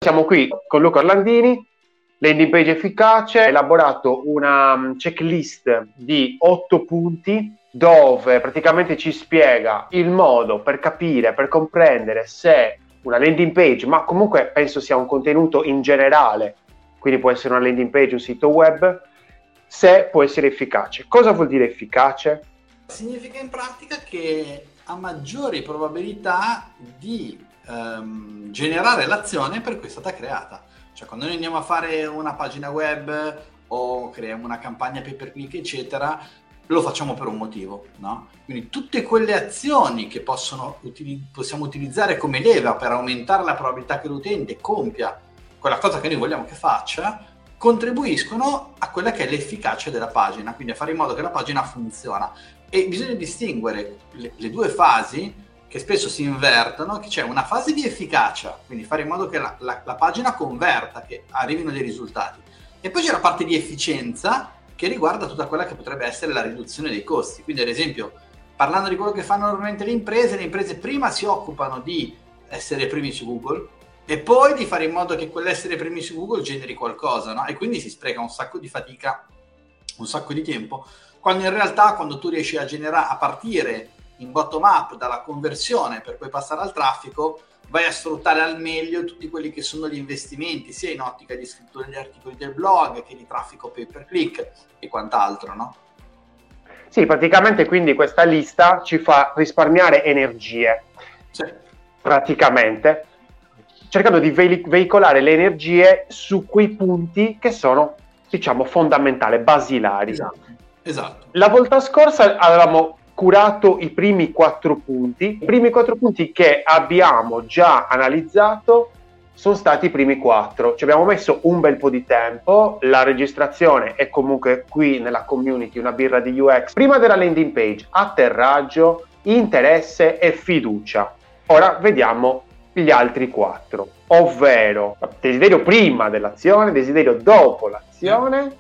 Siamo qui con Luca Orlandini, landing page efficace, ha elaborato una checklist di 8 punti dove praticamente ci spiega il modo per capire, per comprendere se una landing page, ma comunque penso sia un contenuto in generale, quindi può essere una landing page, un sito web, se può essere efficace. Cosa vuol dire efficace? Significa in pratica che ha maggiori probabilità di generare l'azione per cui è stata creata. Cioè, quando noi andiamo a fare una pagina web o creiamo una campagna pay per click, eccetera, lo facciamo per un motivo, no? Quindi tutte quelle azioni che possiamo utilizzare come leva per aumentare la probabilità che l'utente compia quella cosa che noi vogliamo che faccia, contribuiscono a quella che è l'efficacia della pagina, quindi a fare in modo che la pagina funziona. E bisogna distinguere le due fasi che spesso si invertono, che c'è una fase di efficacia, quindi fare in modo che la pagina converta, che arrivino dei risultati, e poi c'è la parte di efficienza che riguarda tutta quella che potrebbe essere la riduzione dei costi. Quindi ad esempio, parlando di quello che fanno normalmente le imprese prima si occupano di essere primi su Google e poi di fare in modo che quell'essere primi su Google generi qualcosa, no? E quindi si spreca un sacco di fatica, un sacco di tempo, quando in realtà quando tu riesci a generare, a partire in bottom up dalla conversione per poi passare al traffico, vai a sfruttare al meglio tutti quelli che sono gli investimenti, sia in ottica di scrittura degli articoli del blog che di traffico pay per click e quant'altro, no? Sì, praticamente quindi questa lista ci fa risparmiare energie, Sì. praticamente, cercando di veicolare le energie su quei punti che sono, diciamo, fondamentali, basilari. Esatto. La volta scorsa avevamo curato i primi 4 punti. I primi 4 punti che abbiamo già analizzato sono stati i primi 4. Ci abbiamo messo un bel po' di tempo. La registrazione è comunque qui nella community, una birra di UX. Prima della landing page, atterraggio, interesse e fiducia. Ora vediamo gli altri 4, ovvero desiderio prima dell'azione, desiderio dopo l'azione,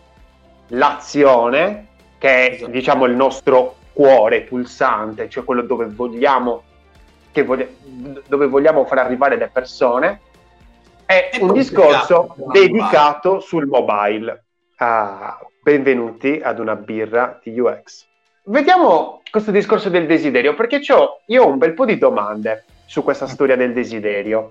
l'azione che è, diciamo, il nostro cuore pulsante, cioè quello dove vogliamo far arrivare le persone, è un discorso dedicato sul mobile. Benvenuti ad una birra di UX. Vediamo questo discorso del desiderio, perché io ho un bel po' di domande su questa storia del desiderio.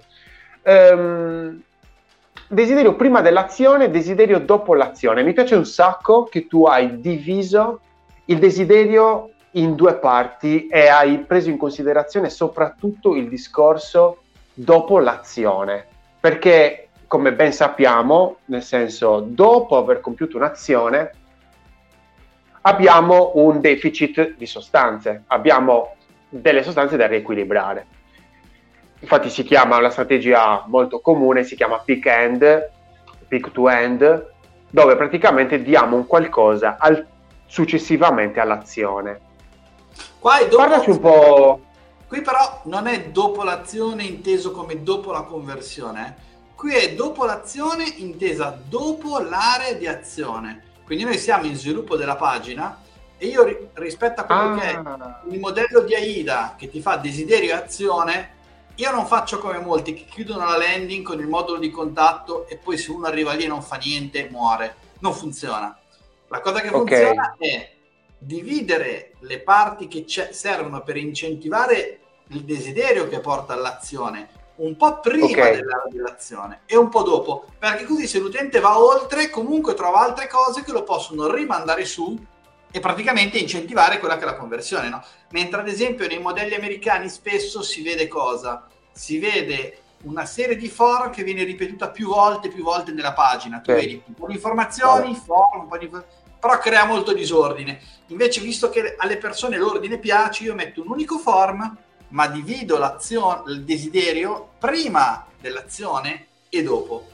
Desiderio prima dell'azione, desiderio dopo l'azione. Mi piace un sacco che tu hai diviso il desiderio in 2 parti e hai preso in considerazione soprattutto il discorso dopo l'azione, perché come ben sappiamo, nel senso, dopo aver compiuto un'azione abbiamo un deficit di sostanze, abbiamo delle sostanze da riequilibrare. Infatti si chiama, una strategia molto comune, si chiama peak to end, dove praticamente diamo un qualcosa successivamente all'azione. Parlaci un po'. Qui però non è dopo l'azione inteso come dopo la conversione, qui è dopo l'azione intesa dopo l'area di azione. Quindi noi siamo in sviluppo della pagina e io rispetto a quello che è il modello di AIDA che ti fa desiderio e azione, io non faccio come molti che chiudono la landing con il modulo di contatto e poi se uno arriva lì e non fa niente muore. Non funziona. La cosa che funziona è dividere le parti che servono per incentivare il desiderio che porta all'azione un po' prima dell'azione e un po' dopo, perché così se l'utente va oltre comunque trova altre cose che lo possono rimandare su e praticamente incentivare quella che è la conversione, no? Mentre ad esempio nei modelli americani spesso si vede cosa? Si vede una serie di form che viene ripetuta più volte nella pagina. Tu vedi un po' di informazioni, form, un po' di... però crea molto disordine. Invece, visto che alle persone l'ordine piace, io metto un unico form, ma divido l'azione, il desiderio prima dell'azione e dopo.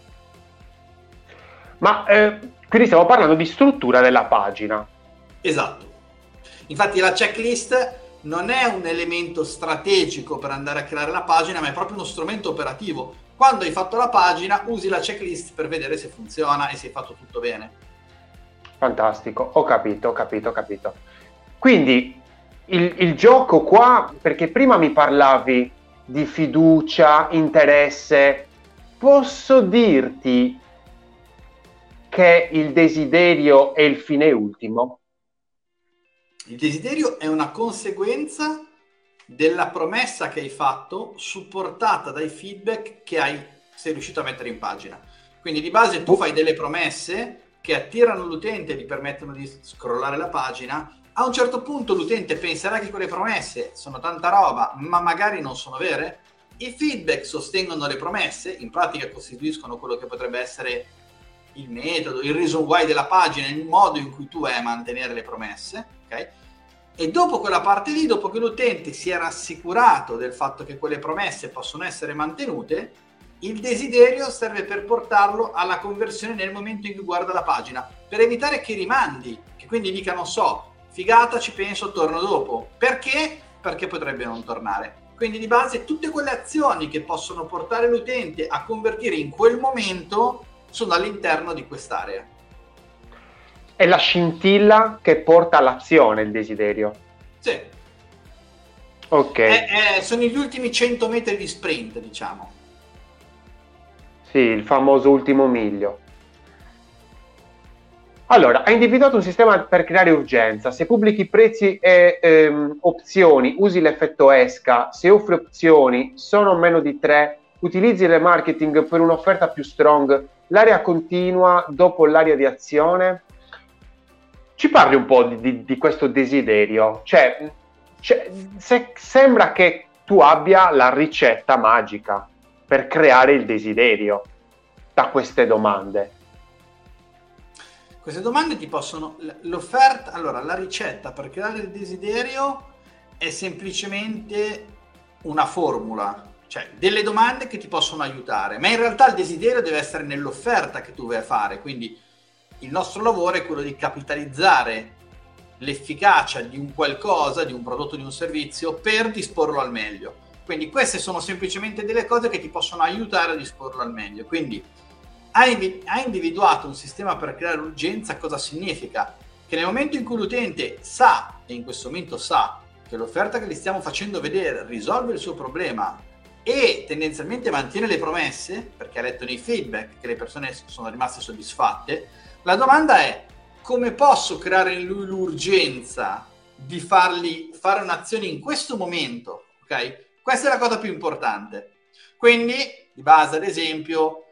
Ma quindi stiamo parlando di struttura della pagina. Esatto. Infatti la checklist non è un elemento strategico per andare a creare la pagina, ma è proprio uno strumento operativo. Quando hai fatto la pagina, usi la checklist per vedere se funziona e se hai fatto tutto bene. Fantastico, ho capito. Quindi il gioco qua, perché prima mi parlavi di fiducia, interesse, posso dirti che il desiderio è il fine ultimo? Il desiderio è una conseguenza della promessa che hai fatto, supportata dai feedback che sei riuscito a mettere in pagina. Quindi di base tu fai delle promesse che attirano l'utente e gli permettono di scrollare la pagina. A un certo punto l'utente penserà che quelle promesse sono tanta roba, ma magari non sono vere. I feedback sostengono le promesse, in pratica costituiscono quello che potrebbe essere il metodo, il reason why della pagina, il modo in cui tu vai a mantenere le promesse, ok? E dopo quella parte lì, dopo che l'utente si è rassicurato del fatto che quelle promesse possono essere mantenute, il desiderio serve per portarlo alla conversione nel momento in cui guarda la pagina, per evitare che rimandi, che quindi dica, non so, figata, ci penso, torno dopo. Perché? Perché potrebbe non tornare. Quindi di base tutte quelle azioni che possono portare l'utente a convertire in quel momento sono all'interno di quest'area. È la scintilla che porta all'azione il desiderio. Sì. Ok. Sono gli ultimi 100 metri di sprint, diciamo. Sì, il famoso ultimo miglio. Allora, hai individuato un sistema per creare urgenza. Se pubblichi prezzi e opzioni, usi l'effetto esca. Se offri opzioni, sono meno di 3, utilizzi il remarketing per un'offerta più strong, l'area continua dopo l'area di azione. Ci parli un po' di questo desiderio? Cioè, sembra che tu abbia la ricetta magica per creare il desiderio da queste domande. Queste domande ti possono... L'offerta... Allora, la ricetta per creare il desiderio è semplicemente una formula, cioè delle domande che ti possono aiutare, ma in realtà il desiderio deve essere nell'offerta che tu vai a fare, quindi il nostro lavoro è quello di capitalizzare l'efficacia di un qualcosa, di un prodotto, di un servizio, per disporlo al meglio. Quindi queste sono semplicemente delle cose che ti possono aiutare a disporlo al meglio. Quindi hai individuato un sistema per creare urgenza. Cosa significa? Che nel momento in cui l'utente sa, e in questo momento sa, che l'offerta che gli stiamo facendo vedere risolve il suo problema e tendenzialmente mantiene le promesse, perché ha letto nei feedback che le persone sono rimaste soddisfatte, la domanda è: come posso creare in lui l'urgenza di fargli fare un'azione in questo momento? Ok? Questa è la cosa più importante. Quindi, di base, ad esempio,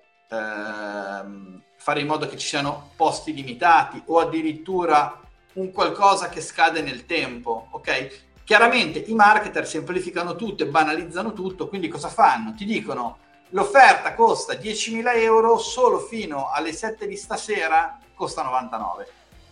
fare in modo che ci siano posti limitati o addirittura un qualcosa che scade nel tempo, ok? Chiaramente i marketer semplificano tutto e banalizzano tutto, quindi cosa fanno? Ti dicono: l'offerta costa 10.000 euro, solo fino alle 7 di stasera costa 99.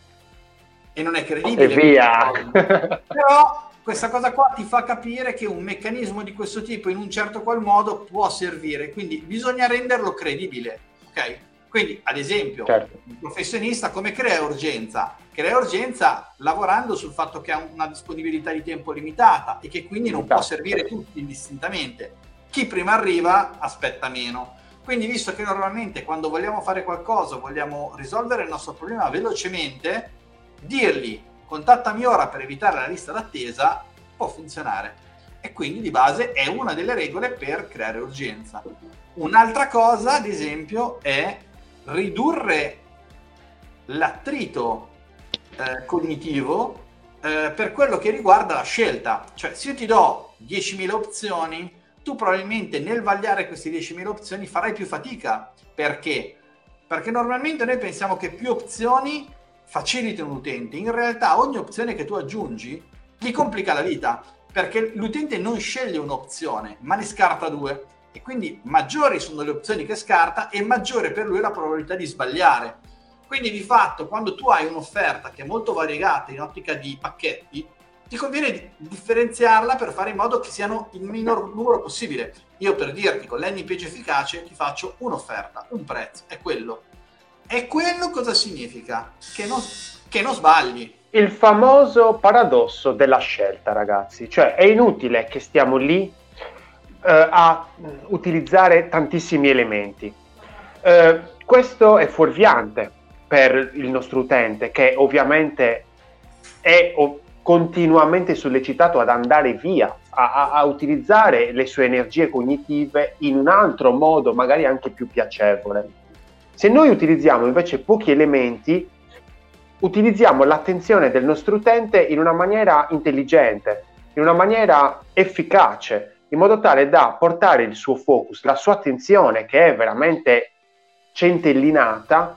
E non è credibile. E via! Però questa cosa qua ti fa capire che un meccanismo di questo tipo in un certo qual modo può servire, quindi bisogna renderlo credibile, ok? Quindi, ad esempio, certo, un professionista come crea urgenza? Crea urgenza lavorando sul fatto che ha una disponibilità di tempo limitata e che quindi non può servire tutti indistintamente. Chi prima arriva aspetta meno. Quindi, visto che normalmente quando vogliamo fare qualcosa, vogliamo risolvere il nostro problema velocemente, dirgli contattami ora per evitare la lista d'attesa può funzionare. E quindi di base è una delle regole per creare urgenza. Un'altra cosa, ad esempio, è ridurre l'attrito cognitivo per quello che riguarda la scelta. Cioè, se io ti do 10.000 opzioni, tu probabilmente nel vagliare queste 10.000 opzioni farai più fatica. Perché? Perché normalmente noi pensiamo che più opzioni facilitano l'utente. In realtà ogni opzione che tu aggiungi gli complica la vita, perché l'utente non sceglie un'opzione, ma ne scarta due. E quindi maggiori sono le opzioni che scarta e maggiore per lui la probabilità di sbagliare. Quindi di fatto quando tu hai un'offerta che è molto variegata in ottica di pacchetti, ti conviene differenziarla per fare in modo che siano il minor numero possibile. Io, per dirti, con landing page efficace ti faccio un'offerta, un prezzo, è quello. E quello cosa significa? Che non sbagli. Il famoso paradosso della scelta, ragazzi. Cioè è inutile che stiamo lì a utilizzare tantissimi elementi. Questo è fuorviante per il nostro utente, che ovviamente è continuamente sollecitato ad andare via a utilizzare le sue energie cognitive in un altro modo, magari anche più piacevole. Se noi utilizziamo invece pochi elementi, utilizziamo l'attenzione del nostro utente in una maniera intelligente, in una maniera efficace, in modo tale da portare il suo focus, la sua attenzione, che è veramente centellinata,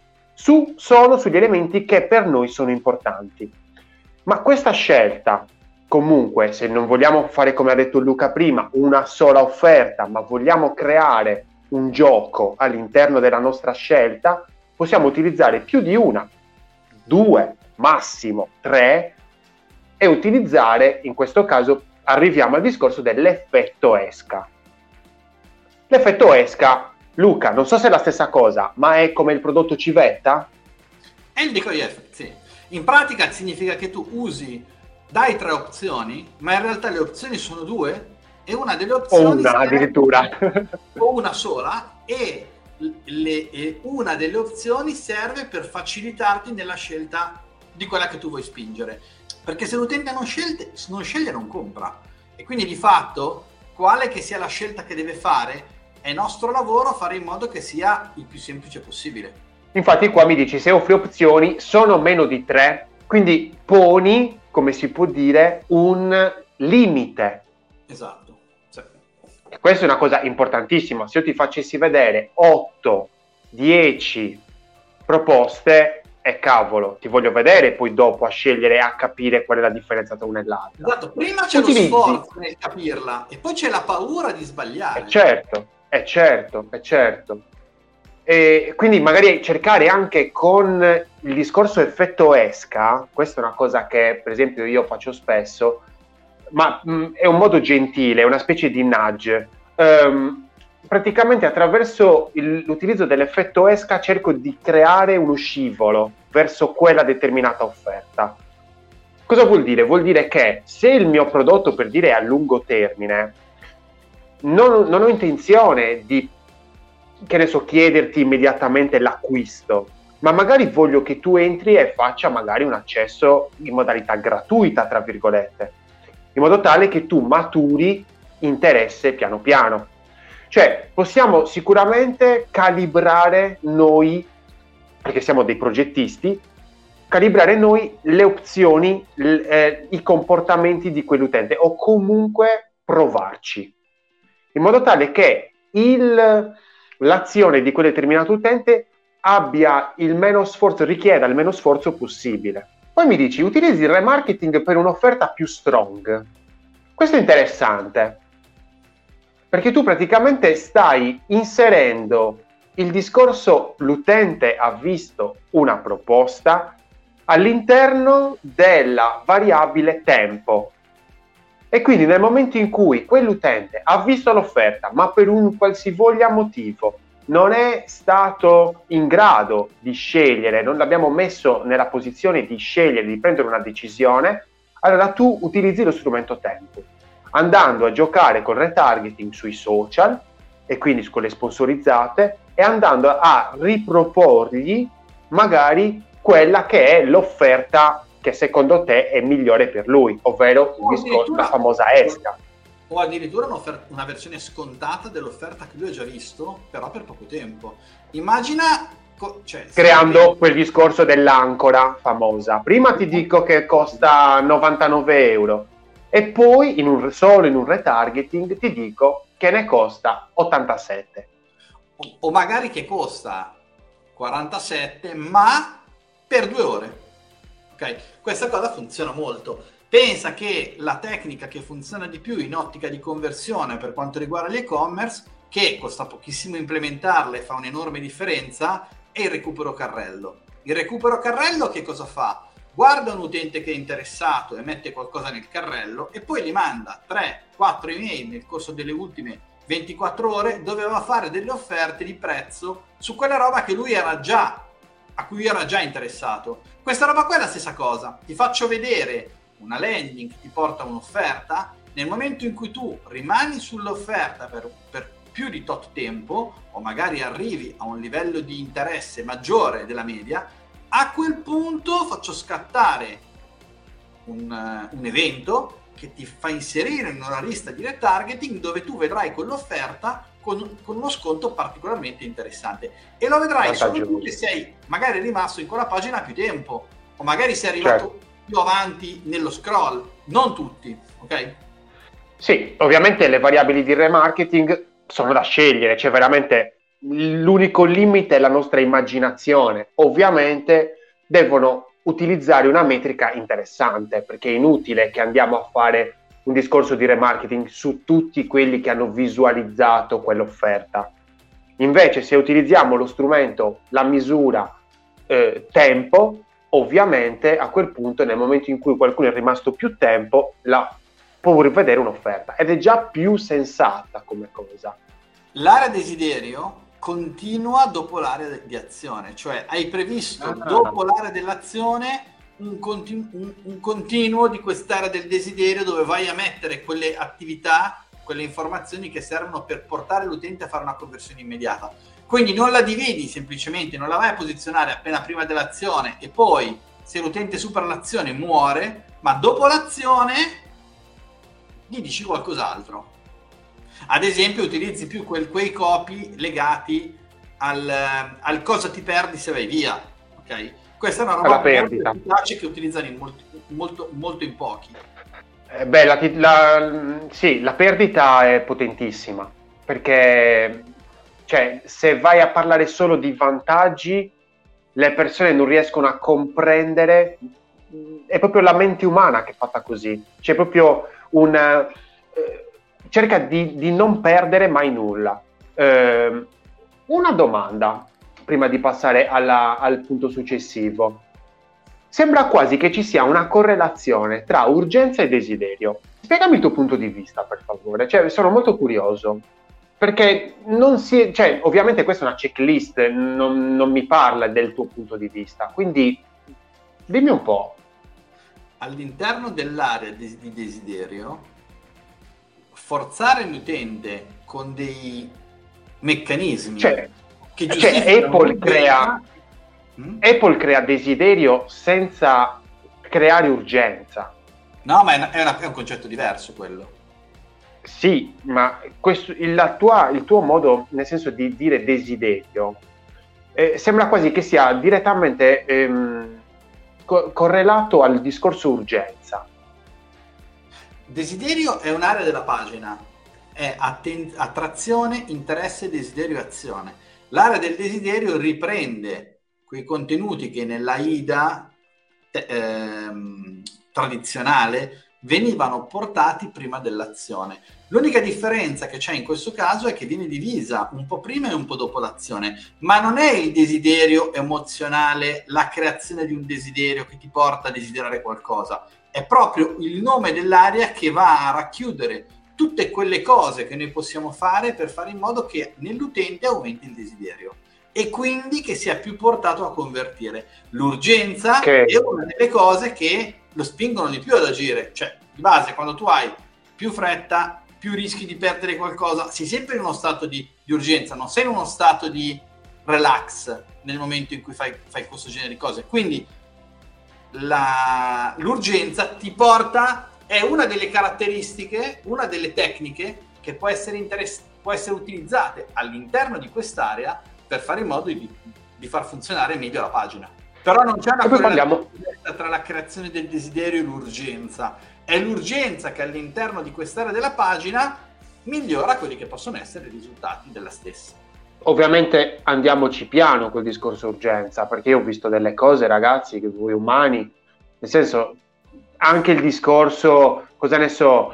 solo sugli elementi che per noi sono importanti. Ma questa scelta, comunque, se non vogliamo fare, come ha detto Luca prima, una sola offerta, ma vogliamo creare un gioco all'interno della nostra scelta, possiamo utilizzare più di una, 2, massimo 3, e utilizzare, in questo caso arriviamo al discorso dell'effetto esca. L'effetto esca, Luca, non so se è la stessa cosa, ma è come il prodotto civetta? È il decoy effect, sì. In pratica significa che tu dai 3 opzioni, ma in realtà le opzioni sono 2, e una delle opzioni addirittura o una sola, e una delle opzioni serve per facilitarti nella scelta di quella che tu vuoi spingere, perché se l'utente non sceglie non compra, e quindi di fatto quale che sia la scelta che deve fare è nostro lavoro fare in modo che sia il più semplice possibile. Infatti qua mi dici, se offri opzioni sono meno di 3, quindi poni, come si può dire, un limite. Esatto. Sì. Questa è una cosa importantissima. Se io ti facessi vedere 8, 10 proposte, cavolo, ti voglio vedere poi dopo a scegliere e a capire qual è la differenza tra una e l'altra. Esatto, prima c'è lo sforzo nel capirla e poi c'è la paura di sbagliare. È certo. E quindi magari cercare anche con il discorso effetto esca, questa è una cosa che per esempio io faccio spesso, ma è un modo gentile, è una specie di nudge. Praticamente attraverso l'utilizzo dell'effetto esca cerco di creare uno scivolo verso quella determinata offerta. Cosa vuol dire? Vuol dire che se il mio prodotto, per dire, è a lungo termine, non ho intenzione di, che ne so, chiederti immediatamente l'acquisto, ma magari voglio che tu entri e faccia magari un accesso in modalità gratuita, tra virgolette, in modo tale che tu maturi interesse piano piano. Cioè, possiamo sicuramente calibrare noi, perché siamo dei progettisti, calibrare noi le opzioni, i comportamenti di quell'utente, o comunque provarci, in modo tale che l'azione di quel determinato utente abbia il meno sforzo, richieda il meno sforzo possibile. Poi mi dici, utilizzi il remarketing per un'offerta più strong. Questo è interessante, perché tu praticamente stai inserendo il discorso l'utente ha visto una proposta all'interno della variabile tempo, e quindi nel momento in cui quell'utente ha visto l'offerta ma per un qualsivoglia motivo non è stato in grado di scegliere, non l'abbiamo messo nella posizione di scegliere, di prendere una decisione, allora tu utilizzi lo strumento tempo, andando a giocare col retargeting sui social e quindi con le sponsorizzate, e andando a riproporgli magari quella che è l'offerta che secondo te è migliore per lui, ovvero la famosa esca. O addirittura una versione scontata dell'offerta che lui ha già visto, però per poco tempo. Immagina... creando quel discorso dell'ancora famosa. Prima ti dico che costa 99 euro e poi solo in un retargeting ti dico che ne costa 87. O magari che costa 47 ma per 2 ore. Ok? Questa cosa funziona molto. Pensa che la tecnica che funziona di più in ottica di conversione per quanto riguarda l'e-commerce, che costa pochissimo implementarla e fa un'enorme differenza, è il recupero carrello. Il recupero carrello che cosa fa? Guarda un utente che è interessato e mette qualcosa nel carrello e poi gli manda 3-4 email nel corso delle ultime 24 ore dove va a fare delle offerte di prezzo su quella roba che a cui era già interessato. Questa roba qua è la stessa cosa. Ti faccio vedere una landing che ti porta un'offerta. Nel momento in cui tu rimani sull'offerta per più di tot tempo, o magari arrivi a un livello di interesse maggiore della media, a quel punto faccio scattare un evento che ti fa inserire in una lista di retargeting dove tu vedrai quell'offerta con uno sconto particolarmente interessante, e lo vedrai solo tu che sei magari rimasto in quella pagina più tempo, o magari sei arrivato più avanti nello scroll, non tutti, ok? Sì, ovviamente le variabili di remarketing sono da scegliere, cioè veramente l'unico limite è la nostra immaginazione. Ovviamente devono utilizzare una metrica interessante, perché è inutile che andiamo a fare un discorso di remarketing su tutti quelli che hanno visualizzato quell'offerta. Invece, se utilizziamo lo strumento, la misura tempo, ovviamente a quel punto, nel momento in cui qualcuno è rimasto più tempo, può rivedere un'offerta, ed è già più sensata come cosa. L'area desiderio continua dopo l'area di azione, cioè hai previsto dopo l'area dell'azione un continuo di quest'area del desiderio, dove vai a mettere quelle attività, quelle informazioni che servono per portare l'utente a fare una conversione immediata. Quindi non la dividi semplicemente, non la vai a posizionare appena prima dell'azione e poi se l'utente supera l'azione muore, ma dopo l'azione gli dici qualcos'altro. Ad esempio utilizzi più quei copy legati al cosa ti perdi se vai via, ok? Questa è una roba molto efficace che utilizzano molto in pochi. Sì, la perdita è potentissima, perché cioè, se vai a parlare solo di vantaggi, le persone non riescono a comprendere, è proprio la mente umana che è fatta così, c'è proprio cerca di non perdere mai nulla. Una domanda prima di passare al punto successivo. Sembra quasi che ci sia una correlazione tra urgenza e desiderio. Spiegami il tuo punto di vista, per favore. Cioè, sono molto curioso, perché ovviamente questa è una checklist, non mi parla del tuo punto di vista, quindi dimmi un po'. All'interno dell'area di desiderio, forzare l'utente con dei meccanismi che giustificano Apple crea desiderio senza creare urgenza. No, ma è un concetto diverso quello. Sì, ma il tuo modo, nel senso di dire desiderio, sembra quasi che sia direttamente correlato al discorso urgenza. Desiderio è un'area della pagina, è attrazione, interesse, desiderio e azione. L'area del desiderio riprende quei contenuti che nella AIDA tradizionale venivano portati prima dell'azione. L'unica differenza che c'è in questo caso è che viene divisa un po' prima e un po' dopo l'azione, ma non è il desiderio emozionale, la creazione di un desiderio che ti porta a desiderare qualcosa, è proprio il nome dell'area che va a racchiudere tutte quelle cose che noi possiamo fare per fare in modo che nell'utente aumenti il desiderio e quindi che sia più portato a convertire. L'urgenza è una delle cose che lo spingono di più ad agire, cioè di base quando tu hai più fretta, più rischi di perdere qualcosa, sei sempre in uno stato di urgenza, non sei in uno stato di relax nel momento in cui fai questo genere di cose. Quindi l'urgenza ti porta, è una delle caratteristiche, una delle tecniche che può essere utilizzate all'interno di quest'area per fare in modo di far funzionare meglio la pagina. Però non c'è una correlazione tra la creazione del desiderio e l'urgenza. È l'urgenza che all'interno di quest'area della pagina migliora quelli che possono essere i risultati della stessa. Ovviamente andiamoci piano col discorso urgenza, perché io ho visto delle cose, ragazzi, che voi umani, nel senso, anche il discorso, cosa ne so,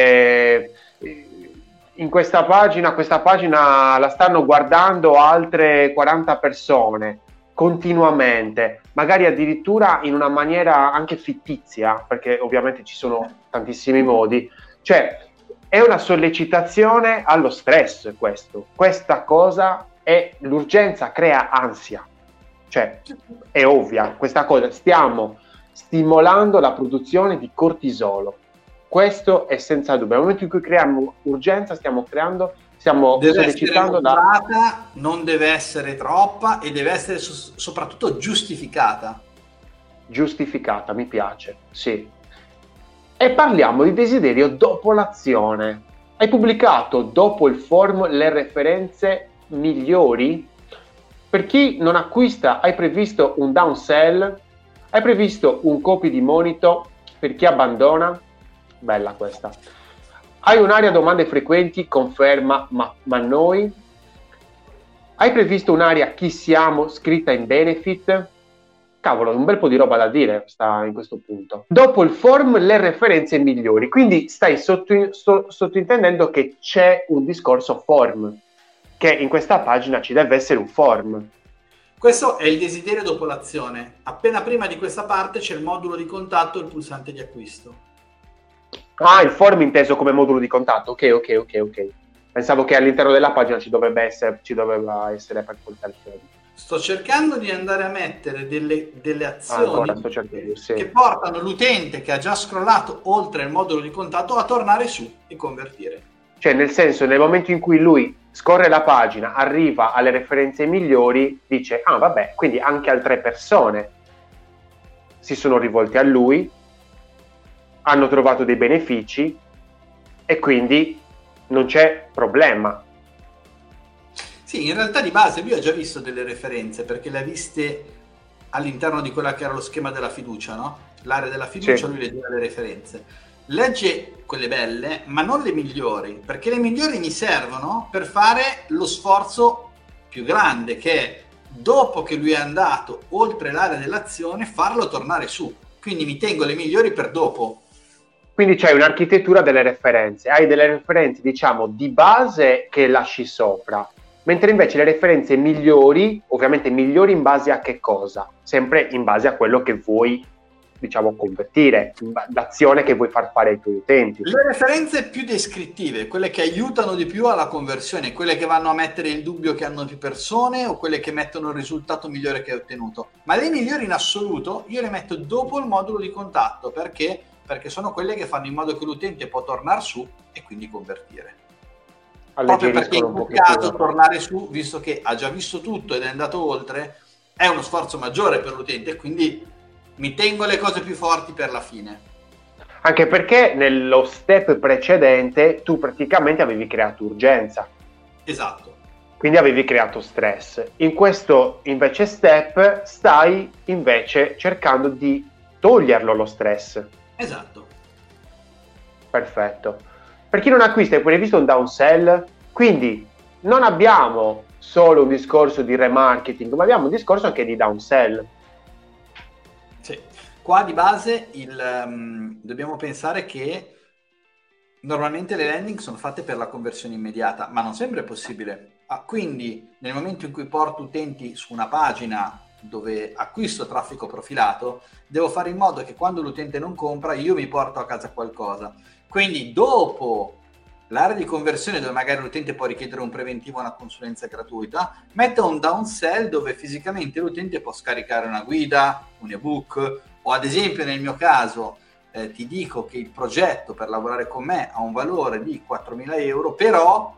in questa pagina la stanno guardando altre 40 persone continuamente, magari addirittura in una maniera anche fittizia, perché ovviamente ci sono tantissimi modi, cioè è una sollecitazione allo stress questa cosa, è l'urgenza, crea ansia, cioè è ovvia questa cosa, stiamo stimolando la produzione di cortisolo. Questo è senza dubbio. Nel momento in cui creiamo urgenza, stiamo sollecitando non deve essere troppa e deve essere soprattutto giustificata. Giustificata, mi piace, sì. E parliamo di desiderio dopo l'azione. Hai pubblicato dopo il form le referenze migliori? Per chi non acquista hai previsto un downsell? Hai previsto un copy di monito per chi abbandona? Bella questa. Hai un'area domande frequenti? Conferma, ma noi? Hai previsto un'area chi siamo scritta in benefit? Cavolo, un bel po' di roba da dire sta in questo punto. Dopo il form le referenze migliori, quindi stai sottointendendo che c'è un discorso form, che in questa pagina ci deve essere un form. Questo è il desiderio dopo l'azione. Appena prima di questa parte c'è il modulo di contatto e il pulsante di acquisto. Ah, il form inteso come modulo di contatto. Ok. Pensavo che all'interno della pagina ci doveva essere per portare il form. Sto cercando di andare a mettere delle azioni sì, che portano l'utente che ha già scrollato oltre il modulo di contatto a tornare su e convertire. Cioè, nel senso, nel momento in cui lui scorre la pagina, arriva alle referenze migliori, dice, ah vabbè, quindi anche altre persone si sono rivolte a lui, hanno trovato dei benefici e quindi non c'è problema. Sì, in realtà di base lui ha già visto delle referenze perché le ha viste all'interno di quella che era lo schema della fiducia, no? L'area della fiducia, sì. Lui leggeva le referenze. Legge quelle belle, ma non le migliori, perché le migliori mi servono per fare lo sforzo più grande, che è dopo che lui è andato oltre l'area dell'azione, farlo tornare su. Quindi mi tengo le migliori per dopo. Quindi c'hai un'architettura delle referenze, hai delle referenze, diciamo, di base che lasci sopra, mentre invece le referenze migliori, ovviamente migliori in base a che cosa? Sempre in base a quello che vuoi, diciamo, convertire, l'azione che vuoi far fare ai tuoi utenti. Le referenze più descrittive, quelle che aiutano di più alla conversione, quelle che vanno a mettere il dubbio che hanno più persone o quelle che mettono il risultato migliore che hai ottenuto. Ma le migliori in assoluto io le metto dopo il modulo di contatto, perché sono quelle che fanno in modo che l'utente può tornare su e quindi convertire. Proprio perché in quel caso tornare su, visto che ha già visto tutto ed è andato oltre, è uno sforzo maggiore per l'utente, quindi mi tengo le cose più forti per la fine. Anche perché nello step precedente tu praticamente avevi creato urgenza. Esatto. Quindi avevi creato stress. In questo invece step stai invece cercando di toglierlo lo stress. Esatto. Perfetto. Per chi non acquista, hai previsto un downsell? Quindi non abbiamo solo un discorso di remarketing, ma abbiamo un discorso anche di downsell. Sì. Qua di base dobbiamo pensare che normalmente le landing sono fatte per la conversione immediata, ma non sempre è possibile. Quindi nel momento in cui porto utenti su una pagina dove acquisto traffico profilato, devo fare in modo che quando l'utente non compra io mi porto a casa qualcosa. Quindi dopo l'area di conversione dove magari l'utente può richiedere un preventivo o una consulenza gratuita, metto un downsell dove fisicamente l'utente può scaricare una guida, un ebook, o ad esempio nel mio caso ti dico che il progetto per lavorare con me ha un valore di 4.000 euro, però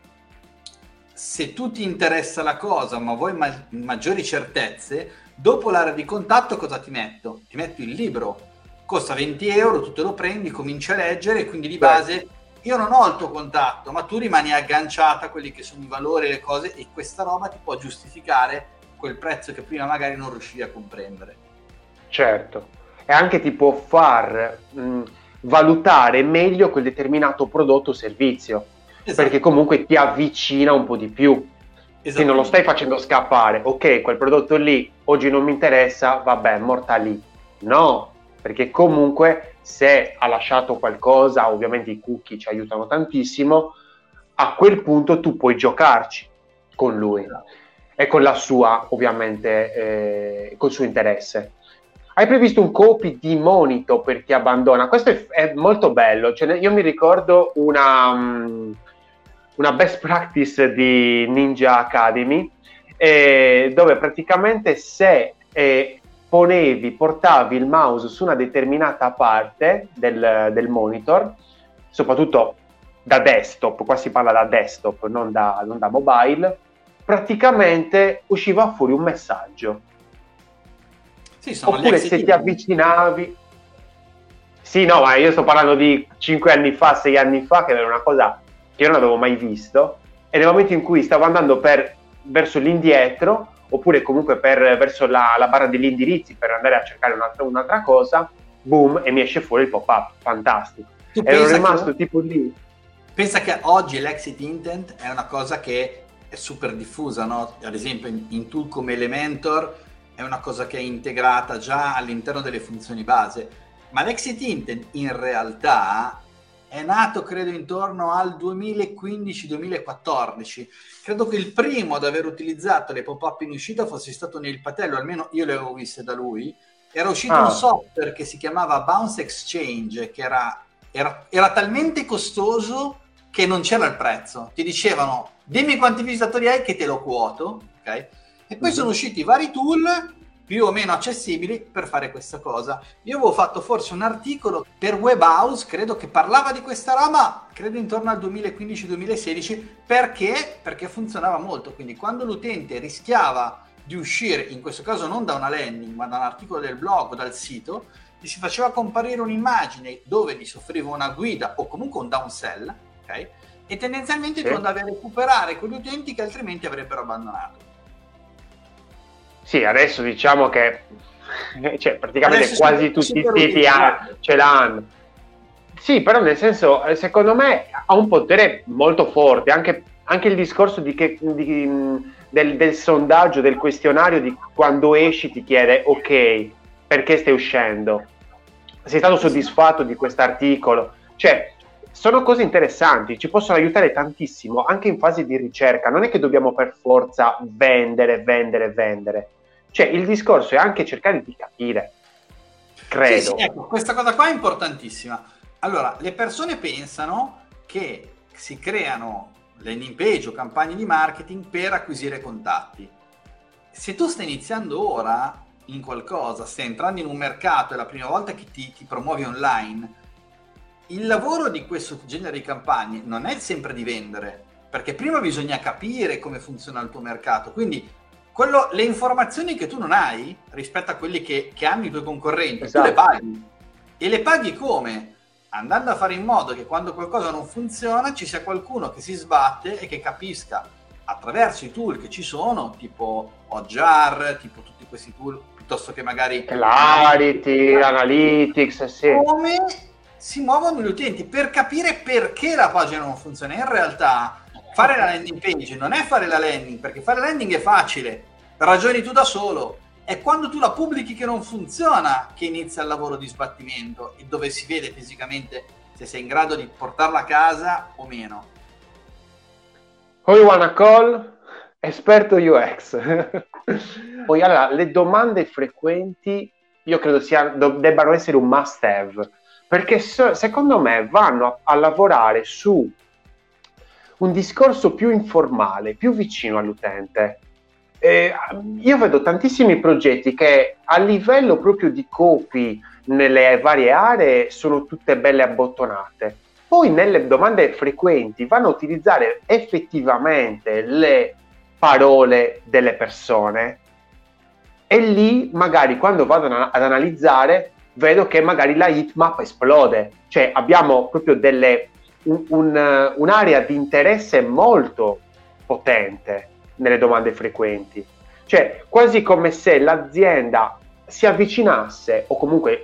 se tu ti interessa la cosa ma vuoi maggiori certezze, dopo l'area di contatto cosa ti metto? Ti metto il libro, costa 20 euro, tu te lo prendi, cominci a leggere, quindi di base io non ho il tuo contatto, ma tu rimani agganciata a quelli che sono i valori e le cose, e questa roba ti può giustificare quel prezzo che prima magari non riuscivi a comprendere. Certo, e anche ti può far valutare meglio quel determinato prodotto o servizio. Esatto. Perché comunque ti avvicina un po' di più. Se non lo stai facendo scappare, ok, quel prodotto lì oggi non mi interessa, vabbè, morta lì. No, perché comunque se ha lasciato qualcosa, ovviamente i cookie ci aiutano tantissimo, a quel punto tu puoi giocarci con lui e con la sua, ovviamente, col suo interesse. Hai previsto un copy di monito per chi abbandona? Questo è molto bello. Cioè, io mi ricordo una best practice di Ninja Academy dove praticamente se portavi il mouse su una determinata parte del monitor, soprattutto da desktop, qua si parla da desktop, non da mobile, praticamente usciva fuori un messaggio. Sì, oppure se ti avvicinavi Sì, no, ma io sto parlando di 5 anni fa, 6 anni fa, che era una cosa che io non avevo mai visto, e nel momento in cui stavo andando verso l'indietro, oppure comunque verso la barra degli indirizzi per andare a cercare un'altra cosa, boom, e mi esce fuori il pop-up, fantastico. Ero rimasto tipo lì. Pensa che oggi l'exit intent è una cosa che è super diffusa, no? Ad esempio in tool come Elementor è una cosa che è integrata già all'interno delle funzioni base, ma l'exit intent in realtà è nato credo intorno al 2015-2014. Credo che il primo ad aver utilizzato le pop-up in uscita fosse stato Neil Patel, almeno io le avevo viste da lui. Era uscito un software che si chiamava Bounce Exchange, che era talmente costoso che non c'era il prezzo. Ti dicevano dimmi quanti visitatori hai che te lo quoto, ok? E poi sono usciti vari tool più o meno accessibili per fare questa cosa. Io avevo fatto forse un articolo per Webhouse, credo, che parlava di questa roba, credo intorno al 2015-2016, perché funzionava molto. Quindi quando l'utente rischiava di uscire, in questo caso non da una landing, ma da un articolo del blog o dal sito, gli si faceva comparire un'immagine dove gli si offriva una guida o comunque un downsell, ok? E tendenzialmente tu andavi a recuperare quegli utenti che altrimenti avrebbero abbandonato. Sì, adesso diciamo che cioè, praticamente adesso quasi tutti i siti ce l'hanno. Sì, però nel senso, secondo me ha un potere molto forte, anche il discorso del sondaggio, del questionario, di quando esci ti chiede ok, perché stai uscendo? Sei stato soddisfatto di quest'articolo? Cioè, sono cose interessanti, ci possono aiutare tantissimo, anche in fase di ricerca. Non è che dobbiamo per forza vendere. Cioè, il discorso è anche cercare di capire, credo. Sì, ecco, questa cosa qua è importantissima. Allora, le persone pensano che si creano landing page o campagne di marketing per acquisire contatti. Se tu stai iniziando ora in qualcosa, stai entrando in un mercato, è la prima volta che ti promuovi online, il lavoro di questo genere di campagne non è sempre di vendere, perché prima bisogna capire come funziona il tuo mercato. Quindi le informazioni che tu non hai rispetto a quelli che hanno i tuoi concorrenti, esatto, tu le paghi. E le paghi come? Andando a fare in modo che quando qualcosa non funziona ci sia qualcuno che si sbatte e che capisca attraverso i tool che ci sono, tipo Hotjar, tipo tutti questi tool, piuttosto che magari Clarity, Analytics, sì, come si muovono gli utenti, per capire perché la pagina non funziona. In realtà fare la landing page non è fare la landing, perché fare la landing è facile, ragioni tu da solo. È quando tu la pubblichi che non funziona che inizia il lavoro di sbattimento e dove si vede fisicamente se sei in grado di portarla a casa o meno. Who you wanna call? Esperto UX. Poi allora, le domande frequenti io credo debbano essere un must have, perché secondo me vanno a lavorare su un discorso più informale, più vicino all'utente. Io vedo tantissimi progetti che a livello proprio di copy nelle varie aree sono tutte belle abbottonate, poi nelle domande frequenti vanno a utilizzare effettivamente le parole delle persone e lì magari quando vado ad analizzare vedo che magari la heatmap esplode, cioè abbiamo proprio un'area di interesse molto potente nelle domande frequenti, cioè quasi come se l'azienda si avvicinasse, o comunque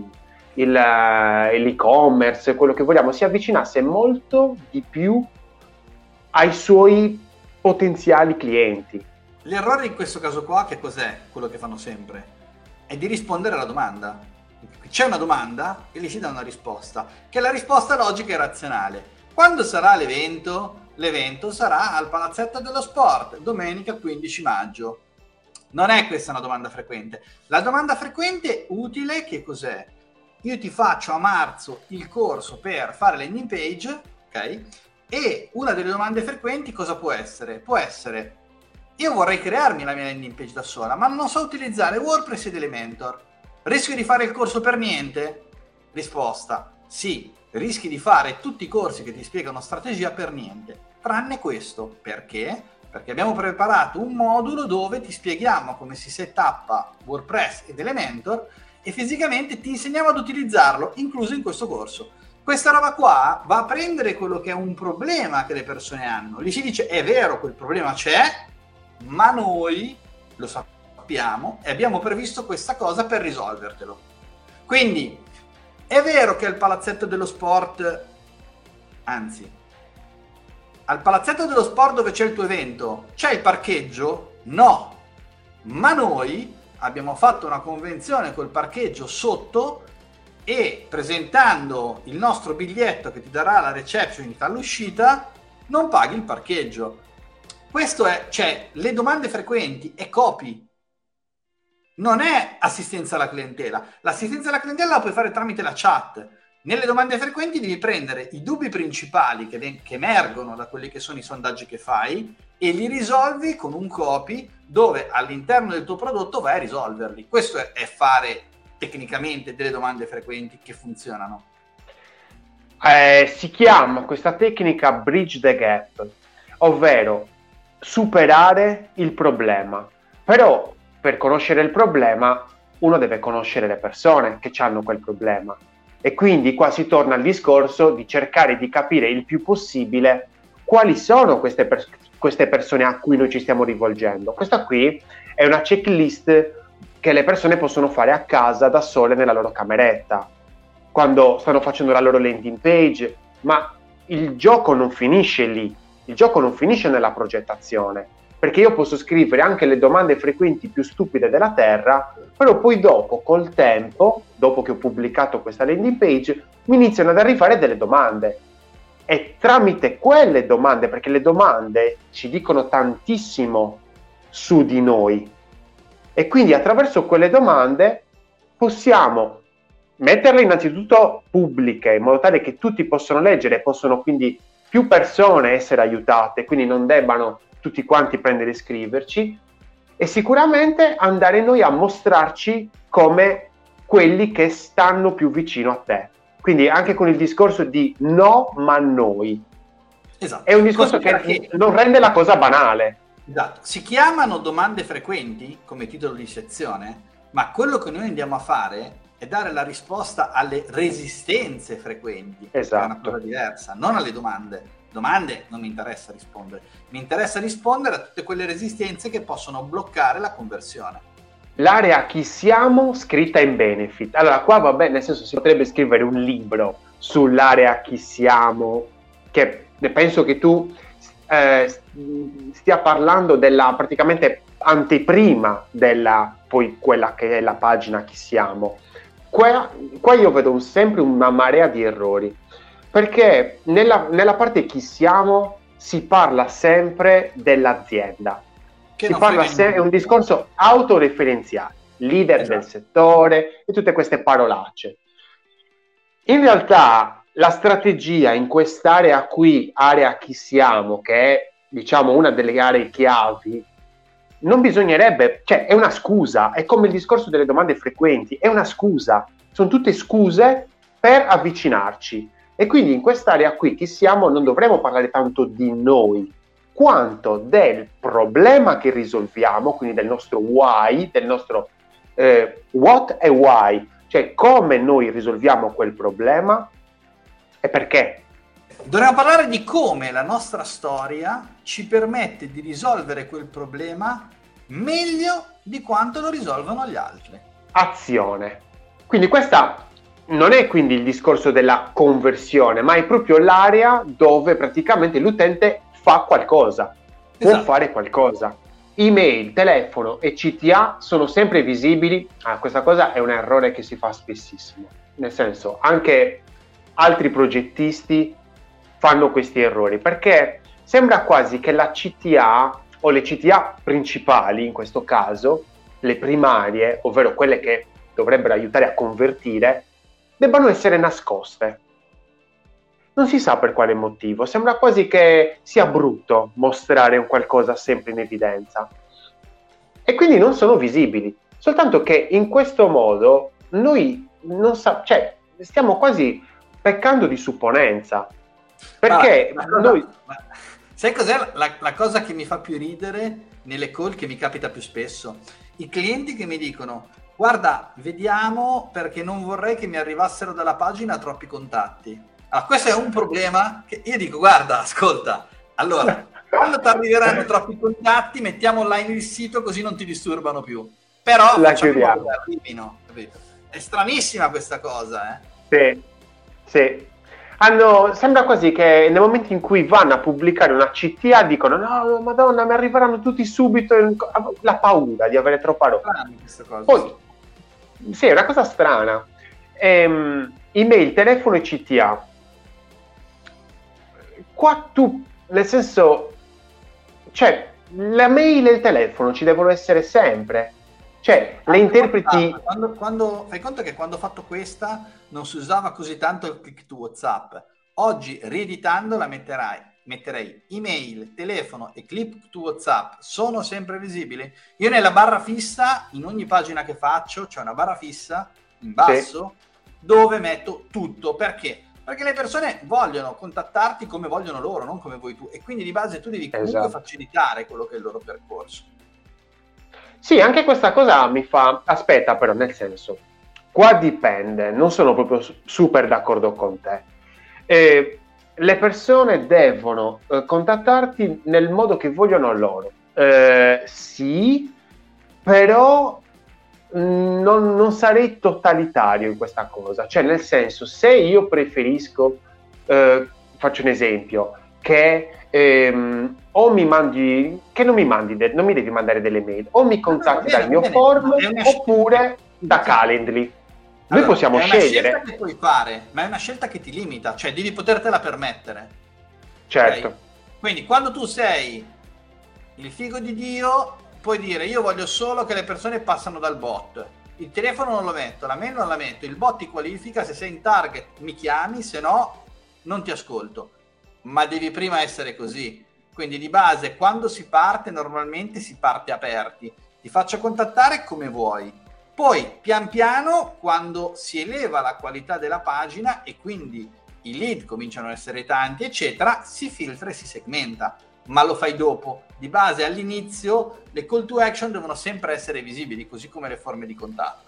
l'e-commerce, quello che vogliamo, si avvicinasse molto di più ai suoi potenziali clienti. L'errore in questo caso qua, che cos'è? Quello che fanno sempre, è di rispondere alla domanda. C'è una domanda e gli si dà una risposta, che è la risposta logica e razionale. Quando sarà l'evento? L'evento sarà al Palazzetto dello Sport, domenica 15 maggio. Non è questa una domanda frequente. La domanda frequente utile che cos'è? Io ti faccio a marzo il corso per fare landing page, ok? E una delle domande frequenti cosa può essere? Può essere: io vorrei crearmi la mia landing page da sola, ma non so utilizzare WordPress ed Elementor. Rischio di fare il corso per niente? Risposta: sì, rischi di fare tutti i corsi che ti spiegano strategia per niente, tranne questo. Perché? Perché abbiamo preparato un modulo dove ti spieghiamo come si setappa WordPress ed Elementor e fisicamente ti insegniamo ad utilizzarlo, incluso in questo corso. Questa roba qua va a prendere quello che è un problema che le persone hanno. Gli si dice, è vero, quel problema c'è, ma noi lo sappiamo e abbiamo previsto questa cosa per risolvertelo. Quindi, è vero che al palazzetto dello sport, anzi, al palazzetto dello sport dove c'è il tuo evento, c'è il parcheggio? No, ma noi abbiamo fatto una convenzione col parcheggio sotto e presentando il nostro biglietto che ti darà la reception all'uscita non paghi il parcheggio. Questo è, cioè, le domande frequenti è copy, non è assistenza alla clientela. L'assistenza alla clientela la puoi fare tramite la chat. Nelle domande frequenti devi prendere i dubbi principali che emergono da quelli che sono i sondaggi che fai e li risolvi con un copy dove all'interno del tuo prodotto vai a risolverli. Questo è fare tecnicamente delle domande frequenti che funzionano. Si chiama questa tecnica bridge the gap, ovvero superare il problema. Però per conoscere il problema uno deve conoscere le persone che hanno quel problema. E quindi qua si torna al discorso di cercare di capire il più possibile quali sono queste persone a cui noi ci stiamo rivolgendo. Questa qui è una checklist che le persone possono fare a casa da sole nella loro cameretta, quando stanno facendo la loro landing page, ma il gioco non finisce lì, il gioco non finisce nella progettazione, perché io posso scrivere anche le domande frequenti più stupide della Terra, però poi dopo, col tempo, dopo che ho pubblicato questa landing page, mi iniziano ad arrivare delle domande. E tramite quelle domande, perché le domande ci dicono tantissimo su di noi, e quindi attraverso quelle domande possiamo metterle innanzitutto pubbliche, in modo tale che tutti possono leggere e possono quindi più persone essere aiutate, quindi non debbano tutti quanti prendere e scriverci, e sicuramente andare noi a mostrarci come quelli che stanno più vicino a te. Quindi anche con il discorso di no ma noi. Esatto. È un discorso che non rende la cosa banale. Esatto. Si chiamano domande frequenti come titolo di sezione, ma quello che noi andiamo a fare è dare la risposta alle resistenze frequenti. Esatto. È una cosa diversa, non alle domande. Domande non mi interessa rispondere, mi interessa rispondere a tutte quelle resistenze che possono bloccare la conversione. L'area chi siamo scritta in benefit. Allora qua va bene, nel senso si potrebbe scrivere un libro sull'area chi siamo, che penso che tu stia parlando della praticamente anteprima della poi quella che è la pagina chi siamo. Qua io vedo sempre una marea di errori, perché nella parte chi siamo si parla sempre dell'azienda, è un discorso autoreferenziale, leader del settore e tutte queste parolacce. In realtà la strategia in quest'area qui, area chi siamo, che è diciamo una delle aree chiavi, non bisognerebbe, cioè è una scusa, è come il discorso delle domande frequenti, è una scusa, sono tutte scuse per avvicinarci. E quindi in quest'area qui chi siamo non dovremmo parlare tanto di noi, quanto del problema che risolviamo, quindi del nostro why, del nostro what e why, cioè come noi risolviamo quel problema e perché. Dovremmo parlare di come la nostra storia ci permette di risolvere quel problema meglio di quanto lo risolvono gli altri. Azione. Quindi questa non è quindi il discorso della conversione, ma è proprio l'area dove praticamente l'utente fa qualcosa, può fare qualcosa. Email, telefono e CTA sono sempre visibili. Questa cosa è un errore che si fa spessissimo, nel senso anche altri progettisti fanno questi errori, perché sembra quasi che la CTA o le CTA principali, in questo caso le primarie, ovvero quelle che dovrebbero aiutare a convertire, debbano essere nascoste. Non si sa per quale motivo, sembra quasi che sia brutto mostrare un qualcosa sempre in evidenza. E quindi non sono visibili, soltanto che in questo modo noi non cioè stiamo quasi peccando di supponenza. Perché noi... Sai cos'è la cosa che mi fa più ridere nelle call che mi capita più spesso? I clienti che mi dicono: guarda, vediamo, perché non vorrei che mi arrivassero dalla pagina troppi contatti. Allora, questo è un problema che io dico, guarda, ascolta, allora, quando ti arriveranno troppi contatti, mettiamo online il sito così non ti disturbano più. Però la chiudiamo. Arrivino, capito? È stranissima questa cosa, eh? Sì. Sembra quasi che nel momento in cui vanno a pubblicare una CTA dicono no, madonna, mi arriveranno tutti subito, la paura di avere troppa roba. Poi, sì, è una cosa strana. Email, telefono e CTA. Qua tu, nel senso, cioè, la mail e il telefono ci devono essere sempre. Cioè, le interpreti... Quando fai conto che quando ho fatto questa non si usava così tanto il click to WhatsApp. Oggi, rieditandola, metterei email, telefono e click to WhatsApp sono sempre visibili. Io nella barra fissa, in ogni pagina che faccio, c'è una barra fissa in basso, sì, dove metto tutto. Perché? Perché le persone vogliono contattarti come vogliono loro, non come vuoi tu. E quindi di base tu devi comunque facilitare quello che è il loro percorso. Sì, anche questa cosa mi fa... Aspetta però, nel senso, qua dipende, non sono proprio super d'accordo con te. Le persone devono contattarti nel modo che vogliono loro. Sì, però non sarei totalitario in questa cosa. Cioè, nel senso, se io preferisco, faccio un esempio, che o mi mandi, che non mi devi mandare delle mail, o mi contatti dal mio form oppure da Calendly. Noi possiamo scegliere. È una scelta che puoi fare, ma è una scelta che ti limita, cioè devi potertela permettere. Certo. Okay? Quindi quando tu sei il figo di Dio, puoi dire io voglio solo che le persone passano dal bot. Il telefono non lo metto, la mail non la metto, il bot ti qualifica, se sei in target mi chiami, se no non ti ascolto. Ma devi prima essere così. Quindi di base quando si parte normalmente si parte aperti, ti faccio contattare come vuoi, poi pian piano quando si eleva la qualità della pagina e quindi i lead cominciano ad essere tanti eccetera, si filtra e si segmenta, ma lo fai dopo. Di base all'inizio le call to action devono sempre essere visibili, così come le forme di contatto.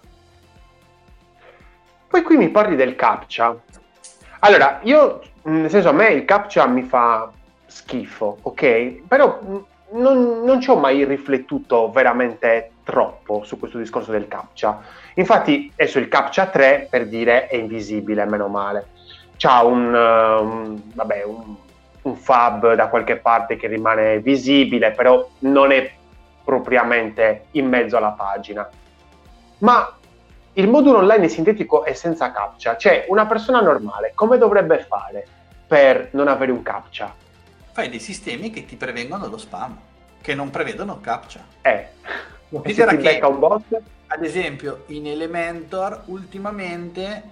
Poi qui mi parli del CAPTCHA. Allora, io, nel senso, a me il CAPTCHA mi fa schifo, ok? Però non ci ho mai riflettuto veramente troppo su questo discorso del CAPTCHA. Infatti, adesso il CAPTCHA 3, per dire, è invisibile, meno male. C'ha un fab da qualche parte che rimane visibile, però non è propriamente in mezzo alla pagina. Ma il modulo online sintetico è senza CAPTCHA, cioè una persona normale come dovrebbe fare per non avere un CAPTCHA? Fai dei sistemi che ti prevengono lo spam, che non prevedono CAPTCHA. Considera che un bot? Ad esempio in Elementor ultimamente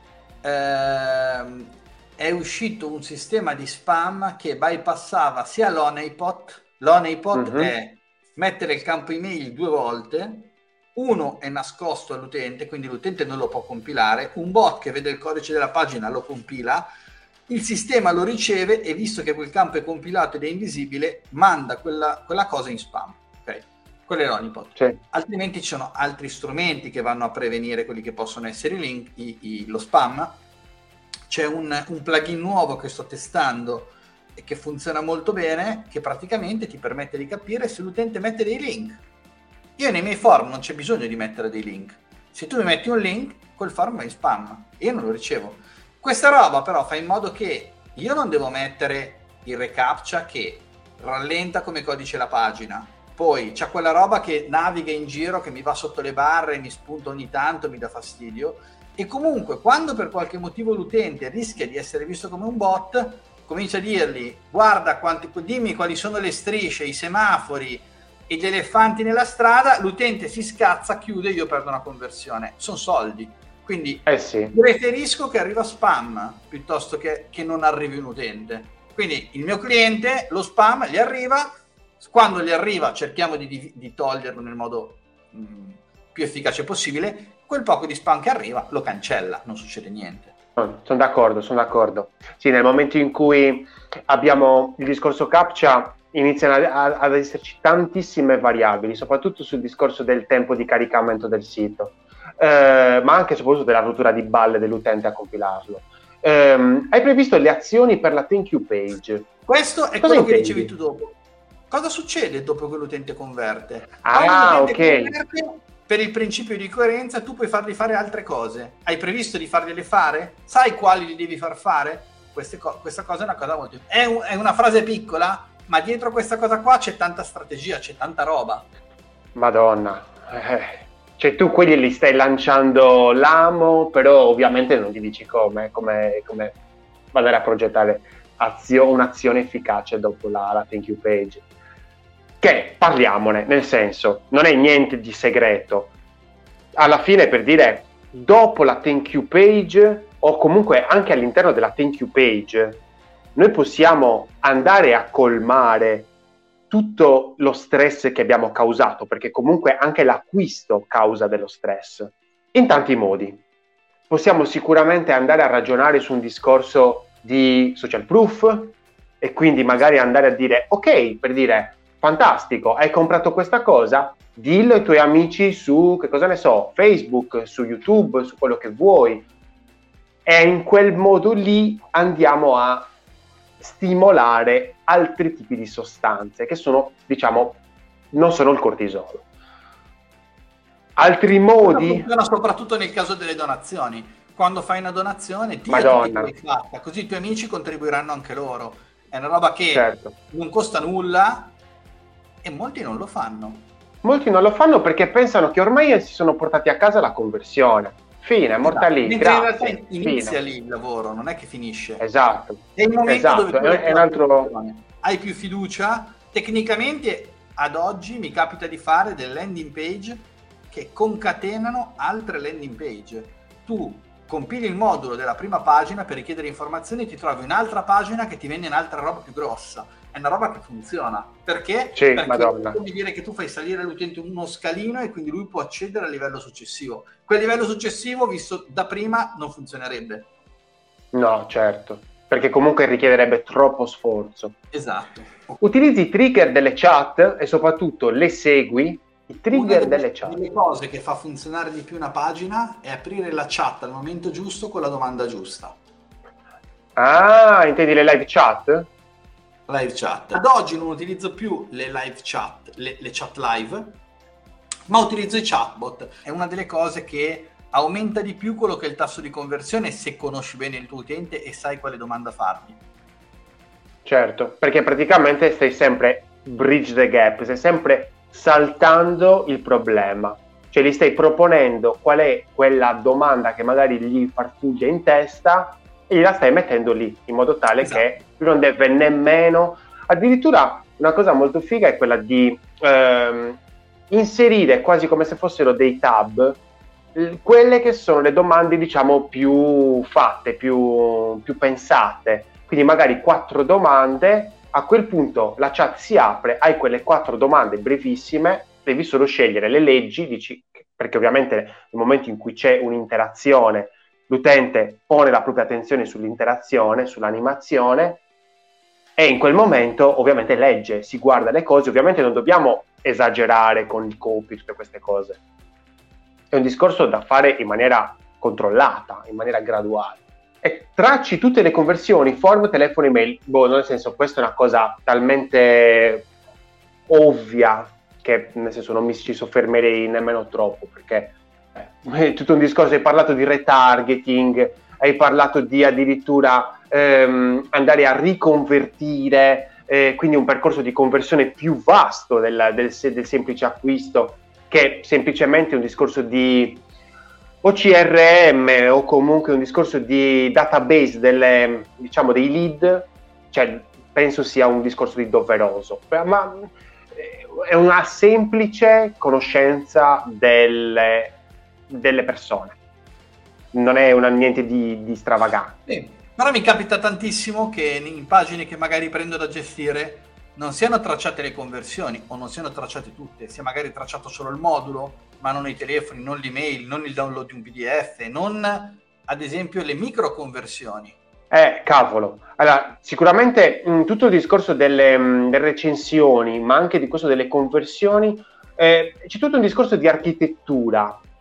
è uscito un sistema di spam che bypassava sia l'honeypot. L'honeypot è mettere il campo email 2 volte. Uno è nascosto all'utente, quindi l'utente non lo può compilare, un bot che vede il codice della pagina lo compila, il sistema lo riceve e visto che quel campo è compilato ed è invisibile, manda quella cosa in spam. Okay? Quello è l'honeypot. Sì. Altrimenti ci sono altri strumenti che vanno a prevenire quelli che possono essere i link, lo spam. C'è un plugin nuovo che sto testando e che funziona molto bene, che praticamente ti permette di capire se l'utente mette dei link. Io nei miei form non c'è bisogno di mettere dei link. Se tu mi metti un link, quel form va in spam e io non lo ricevo. Questa roba però fa in modo che io non devo mettere il reCAPTCHA che rallenta come codice la pagina. Poi c'è quella roba che naviga in giro, che mi va sotto le barre, mi spunta ogni tanto, mi dà fastidio. E comunque quando per qualche motivo l'utente rischia di essere visto come un bot, comincia a dirgli guarda, dimmi quali sono le strisce, i semafori e gli elefanti nella strada, l'utente si scazza, chiude, io perdo una conversione. Sono soldi. Quindi preferisco che arriva spam piuttosto che non arrivi un utente. Quindi il mio cliente, lo spam gli arriva, quando gli arriva cerchiamo di toglierlo nel modo più efficace possibile, quel poco di spam che arriva lo cancella, non succede niente. Sono d'accordo. Sì, nel momento in cui abbiamo il discorso CAPTCHA iniziano ad esserci tantissime variabili, soprattutto sul discorso del tempo di caricamento del sito. ma anche e soprattutto della rottura di balle dell'utente a compilarlo. Hai previsto le azioni per la thank you page. Questo è Cosa quello che intendi? dicevi tu dopo. Cosa succede dopo che l'utente converte? Ah, Quando l'utente ok. converte, per il principio di coerenza, tu puoi fargli fare altre cose. Hai previsto di fargliele fare? Sai quali li devi far fare? Questa cosa è una cosa molto... È una frase piccola, ma dietro questa cosa qua c'è tanta strategia, c'è tanta roba. Madonna. Cioè tu quelli li stai lanciando l'amo, però ovviamente non ti dici come andare a progettare un'azione efficace dopo la thank you page. Che parliamone, nel senso, non è niente di segreto. Alla fine, per dire, dopo la thank you page, o comunque anche all'interno della thank you page, noi possiamo andare a colmare tutto lo stress che abbiamo causato, perché comunque anche l'acquisto causa dello stress, in tanti modi. Possiamo sicuramente andare a ragionare su un discorso di social proof e quindi magari andare a dire, ok, per dire, fantastico, hai comprato questa cosa, dillo ai tuoi amici su, che cosa ne so, Facebook, su YouTube, su quello che vuoi, e in quel modo lì andiamo a stimolare altri tipi di sostanze che sono, diciamo, non sono il cortisolo. Altri modi... Funziona soprattutto nel caso delle donazioni. Quando fai una donazione, ti Madonna. fatta, così i tuoi amici contribuiranno anche loro. È una roba che Certo. non costa nulla e molti non lo fanno. Molti non lo fanno perché pensano che ormai si sono portati a casa la conversione. Fine, è morta lì, Mentre in grazie. realtà inizia fine. lì il lavoro, non è che finisce. Esatto. È il momento Esatto, dove tu è un altro... hai più fiducia. Tecnicamente ad oggi mi capita di fare delle landing page che concatenano altre landing page. Tu compili il modulo della prima pagina per richiedere informazioni e ti trovi un'altra pagina che ti vende un'altra roba più grossa. È una roba che funziona. Perché? Sì, perché Madonna. vuol dire che tu fai salire l'utente uno scalino e quindi lui può accedere al livello successivo. Quel livello successivo, visto da prima, non funzionerebbe. No, certo, perché comunque richiederebbe troppo sforzo. Esatto. Utilizzi i trigger delle chat e soprattutto le segui. I trigger delle chat. Una delle cose che fa funzionare di più una pagina è aprire la chat al momento giusto con la domanda giusta. Ah, intendi le live chat? Live chat. Ad oggi non utilizzo più le live chat, le chat live, ma utilizzo i chatbot. È una delle cose che aumenta di più quello che è il tasso di conversione se conosci bene il tuo utente e sai quale domanda fargli. Certo, perché praticamente stai sempre bridge the gap, stai sempre saltando il problema. Cioè gli stai proponendo qual è quella domanda che magari gli farfuglia in testa e gliela stai mettendo lì, in modo tale che lui non deve nemmeno... Addirittura una cosa molto figa è quella di inserire quasi come se fossero dei tab quelle che sono le domande, diciamo, più fatte, più pensate. Quindi magari 4 domande, a quel punto la chat si apre, hai quelle 4 domande brevissime, devi solo scegliere, le leggi, dici, perché ovviamente nel momento in cui c'è un'interazione, l'utente pone la propria attenzione sull'interazione, sull'animazione, e in quel momento ovviamente legge, si guarda le cose. Ovviamente non dobbiamo esagerare con il copy, tutte queste cose. È un discorso da fare in maniera controllata, in maniera graduale. E tracci tutte le conversioni, form, telefono, email. Nel senso, questa è una cosa talmente ovvia che nel senso non mi ci soffermerei nemmeno troppo, perché è tutto un discorso. Hai parlato di retargeting, hai parlato di addirittura andare a riconvertire, quindi un percorso di conversione più vasto del semplice acquisto, che semplicemente un discorso di OCRM o comunque un discorso di database diciamo dei lead. Cioè penso sia un discorso di doveroso, ma è una semplice conoscenza delle persone, non è niente di stravagante. Però mi capita tantissimo che in pagine che magari prendo da gestire non siano tracciate le conversioni o non siano tracciate tutte, sia magari tracciato solo il modulo, ma non i telefoni, non l'email, non il download di un PDF, non ad esempio le micro conversioni. Cavolo. Allora, sicuramente tutto il discorso delle recensioni, ma anche di questo delle conversioni, c'è tutto un discorso di architettura.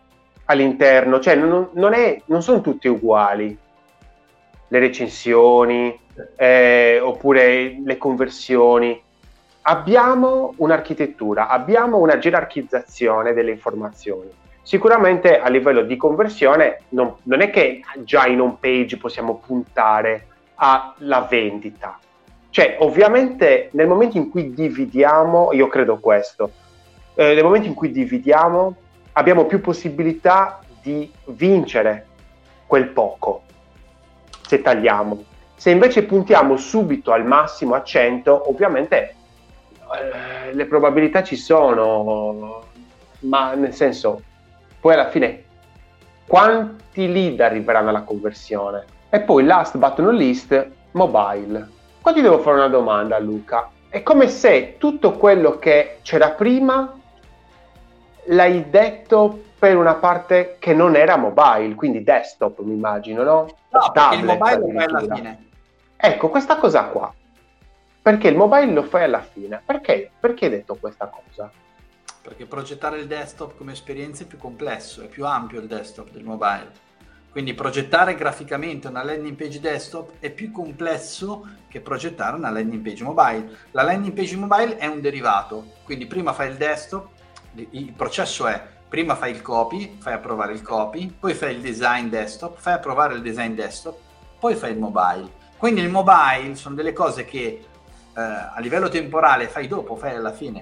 all'interno, cioè non sono tutte uguali, le recensioni, oppure le conversioni. Abbiamo un'architettura, abbiamo una gerarchizzazione delle informazioni. Sicuramente a livello di conversione non è che già in home page possiamo puntare alla vendita. Cioè, ovviamente nel momento in cui dividiamo, io credo questo, nel momento in cui dividiamo abbiamo più possibilità di vincere quel poco, se tagliamo. Se invece puntiamo subito al massimo a 100, ovviamente le probabilità ci sono, ma nel senso, poi alla fine quanti lead arriveranno alla conversione? E poi last but not least, mobile. Qua ti devo fare una domanda, Luca. È come se tutto quello che c'era prima l'hai detto per una parte che non era mobile, quindi desktop, mi immagino, no? No, perché il mobile lo fai alla fine. Ecco, questa cosa qua. Perché il mobile lo fai alla fine? Perché hai detto questa cosa? Perché progettare il desktop come esperienza è più complesso, è più ampio il desktop del mobile. Quindi progettare graficamente una landing page desktop è più complesso che progettare una landing page mobile. La landing page mobile è un derivato, quindi prima fai il desktop, il processo è prima fai il copy, fai approvare il copy, poi fai il design desktop, fai approvare il design desktop, poi fai il mobile. Quindi il mobile sono delle cose che a livello temporale fai dopo, fai alla fine.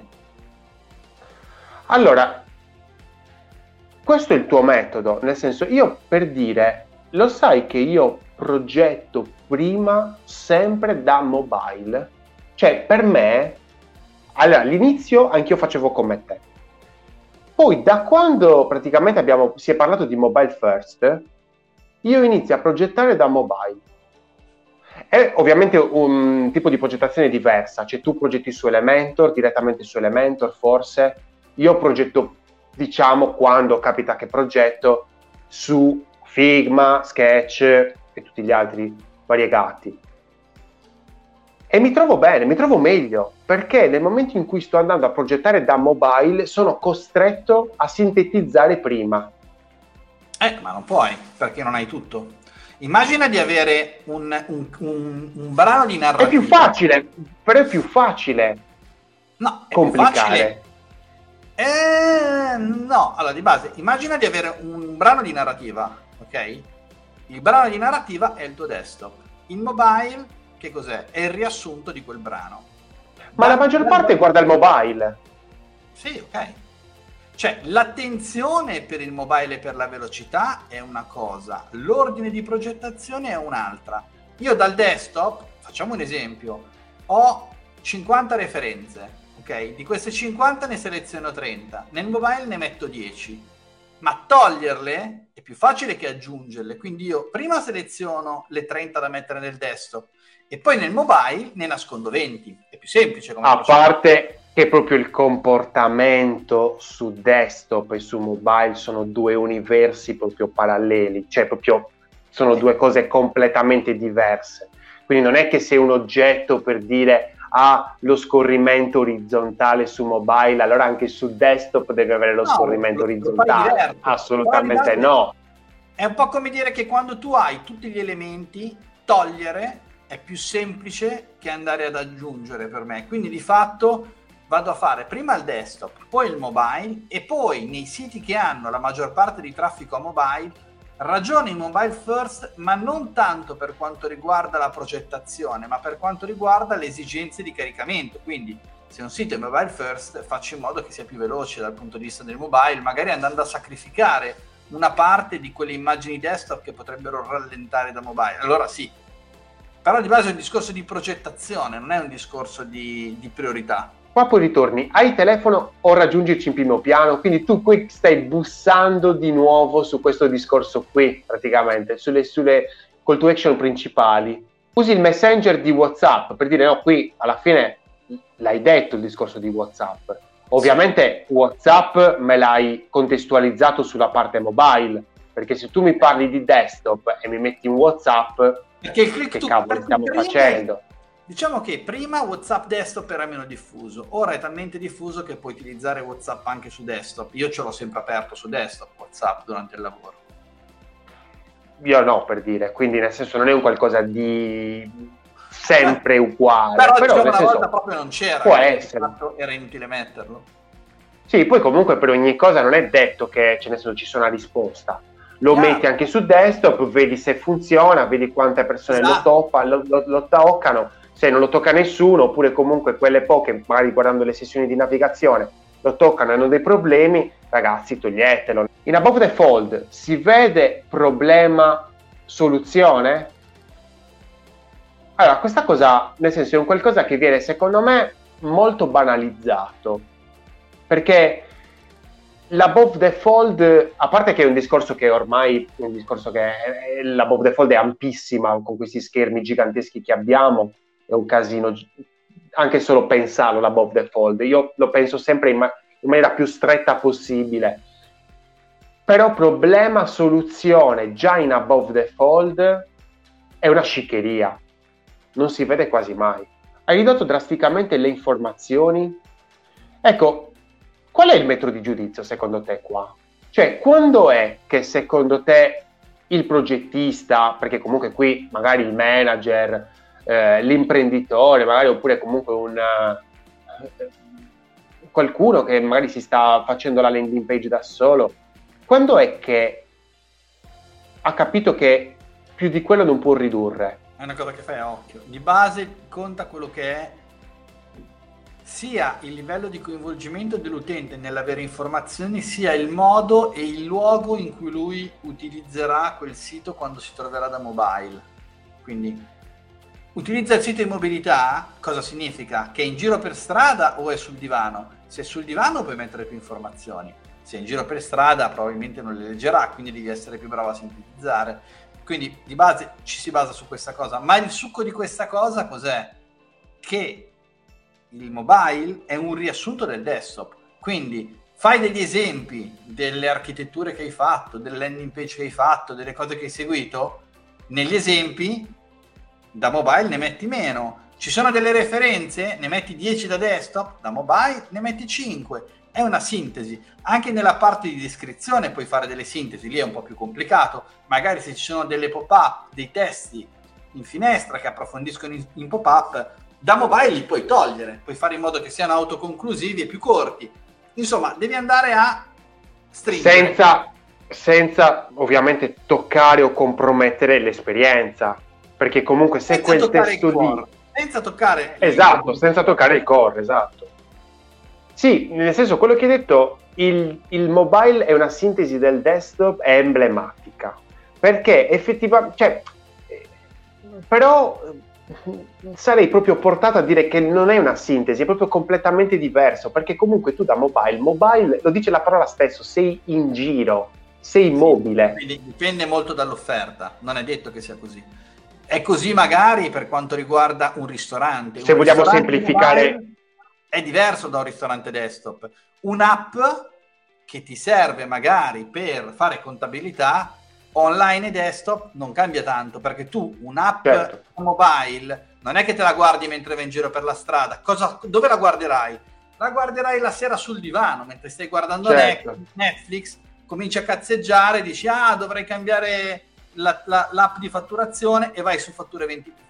Allora, questo è il tuo metodo, nel senso, io per dire, lo sai che io progetto prima sempre da mobile? Cioè, per me, allora, all'inizio anch'io facevo come te. Poi, da quando praticamente si è parlato di mobile first, io inizio a progettare da mobile. È ovviamente un tipo di progettazione diversa, cioè tu progetti su Elementor, direttamente su Elementor forse, io progetto, diciamo, quando capita che progetto su Figma, Sketch e tutti gli altri variegati. E mi trovo bene, mi trovo meglio, perché nel momento in cui sto andando a progettare da mobile sono costretto a sintetizzare prima. Ma non puoi, perché non hai tutto. Immagina di avere un brano di narrativa. È più facile, però è più facile. No, è complicare. Più facile. No, allora di base, immagina di avere un brano di narrativa, ok? Il brano di narrativa è il tuo desktop. Il mobile, che cos'è? È il riassunto di quel brano. Ma la maggior parte guarda il mobile. Sì, ok. Cioè, l'attenzione per il mobile e per la velocità è una cosa, l'ordine di progettazione è un'altra. Io dal desktop, facciamo un esempio, ho 50 referenze, ok? Di queste 50 ne seleziono 30, nel mobile ne metto 10, ma toglierle è più facile che aggiungerle, quindi io prima seleziono le 30 da mettere nel desktop e poi nel mobile ne nascondo 20, è più semplice come parte che proprio il comportamento su desktop e su mobile sono due universi proprio paralleli, cioè proprio sono due cose completamente diverse. Quindi non è che se un oggetto, per dire, ha lo scorrimento orizzontale su mobile, allora anche su desktop deve avere lo scorrimento orizzontale. Assolutamente no. È un po' come dire che quando tu hai tutti gli elementi, togliere è più semplice che andare ad aggiungere per me. Quindi di fatto vado a fare prima il desktop, poi il mobile e poi nei siti che hanno la maggior parte di traffico a mobile ragiono in mobile first, ma non tanto per quanto riguarda la progettazione, ma per quanto riguarda le esigenze di caricamento. Quindi se un sito è mobile first, faccio in modo che sia più veloce dal punto di vista del mobile, magari andando a sacrificare una parte di quelle immagini desktop che potrebbero rallentare da mobile. Allora sì, però di base è un discorso di progettazione, non è un discorso di priorità. Qua poi ritorni, hai telefono o raggiungerci in primo piano, quindi tu qui stai bussando di nuovo su questo discorso qui, praticamente, sulle call to action principali. Usi il messenger di WhatsApp per dire no, qui alla fine l'hai detto il discorso di WhatsApp. Ovviamente WhatsApp me l'hai contestualizzato sulla parte mobile, perché se tu mi parli di desktop e mi metti in WhatsApp, perché il click che cavolo stiamo facendo? Diciamo che prima WhatsApp desktop era meno diffuso, ora è talmente diffuso che puoi utilizzare WhatsApp anche su desktop. Io ce l'ho sempre aperto su desktop, WhatsApp, durante il lavoro. Io no, per dire, quindi nel senso non è un qualcosa di sempre uguale. Però Però diciamo nel una senso, volta proprio non c'era, può essere. era inutile metterlo. Sì, poi comunque per ogni cosa non è detto che ce ne sono, ci sia una risposta. Lo Chiaro. metti anche su desktop, vedi se funziona, vedi quante persone Esatto. lo toccano, se non lo tocca nessuno, oppure comunque quelle poche, magari guardando le sessioni di navigazione, lo toccano e hanno dei problemi, ragazzi, toglietelo. In Above the Fold si vede problema soluzione? Allora, questa cosa, nel senso, è un qualcosa che viene, secondo me, molto banalizzato, perché l'Above the Fold, a parte che è un discorso che ormai, l'Above the Fold è ampissima, con questi schermi giganteschi che abbiamo, è un casino, anche solo pensarlo, l'Above the Fold, io lo penso sempre in maniera più stretta possibile, però problema soluzione già in Above the Fold è una sciccheria, non si vede quasi mai. Hai ridotto drasticamente le informazioni. Ecco, qual è il metro di giudizio secondo te qua? Cioè, quando è che secondo te il progettista, perché comunque qui magari il manager, l'imprenditore, magari oppure comunque qualcuno che magari si sta facendo la landing page da solo, quando è che ha capito che più di quello non può ridurre? È una cosa che fai a occhio. Di base conta quello che è sia il livello di coinvolgimento dell'utente nell'avere informazioni, sia il modo e il luogo in cui lui utilizzerà quel sito quando si troverà da mobile. Quindi utilizza il sito in mobilità, cosa significa? Che è in giro per strada o è sul divano? Se è sul divano puoi mettere più informazioni, se è in giro per strada probabilmente non le leggerà, quindi devi essere più bravo a sintetizzare. Quindi di base ci si basa su questa cosa, ma il succo di questa cosa cos'è? Che il mobile è un riassunto del desktop, quindi fai degli esempi delle architetture che hai fatto, delle landing page che hai fatto, delle cose che hai seguito, negli esempi da mobile ne metti meno, ci sono delle referenze, ne metti 10 da desktop, da mobile ne metti 5, è una sintesi. Anche nella parte di descrizione puoi fare delle sintesi, lì è un po' più complicato, magari se ci sono delle pop-up, dei testi in finestra che approfondiscono in pop-up, da mobile li puoi togliere, puoi fare in modo che siano autoconclusivi e più corti. Insomma, devi andare a stringere. Senza ovviamente toccare o compromettere l'esperienza, perché comunque se quel testo lì... Senza toccare... Esatto, senza toccare il core, esatto. Sì, nel senso, quello che hai detto, il mobile è una sintesi del desktop, è emblematica, perché effettivamente, cioè, però sarei proprio portato a dire che non è una sintesi, è proprio completamente diverso, perché comunque tu da mobile, lo dice la parola stesso, sei in giro, sei mobile. Quindi dipende molto dall'offerta, non è detto che sia così. È così magari per quanto riguarda un ristorante. Se vogliamo semplificare... Mobile è diverso da un ristorante desktop. Un'app che ti serve magari per fare contabilità online e desktop non cambia tanto, perché tu un'app mobile non è che te la guardi mentre vai in giro per la strada. Dove la guarderai? La guarderai la sera sul divano mentre stai guardando Netflix, cominci a cazzeggiare, dici dovrei cambiare l'app di fatturazione e vai su Fatture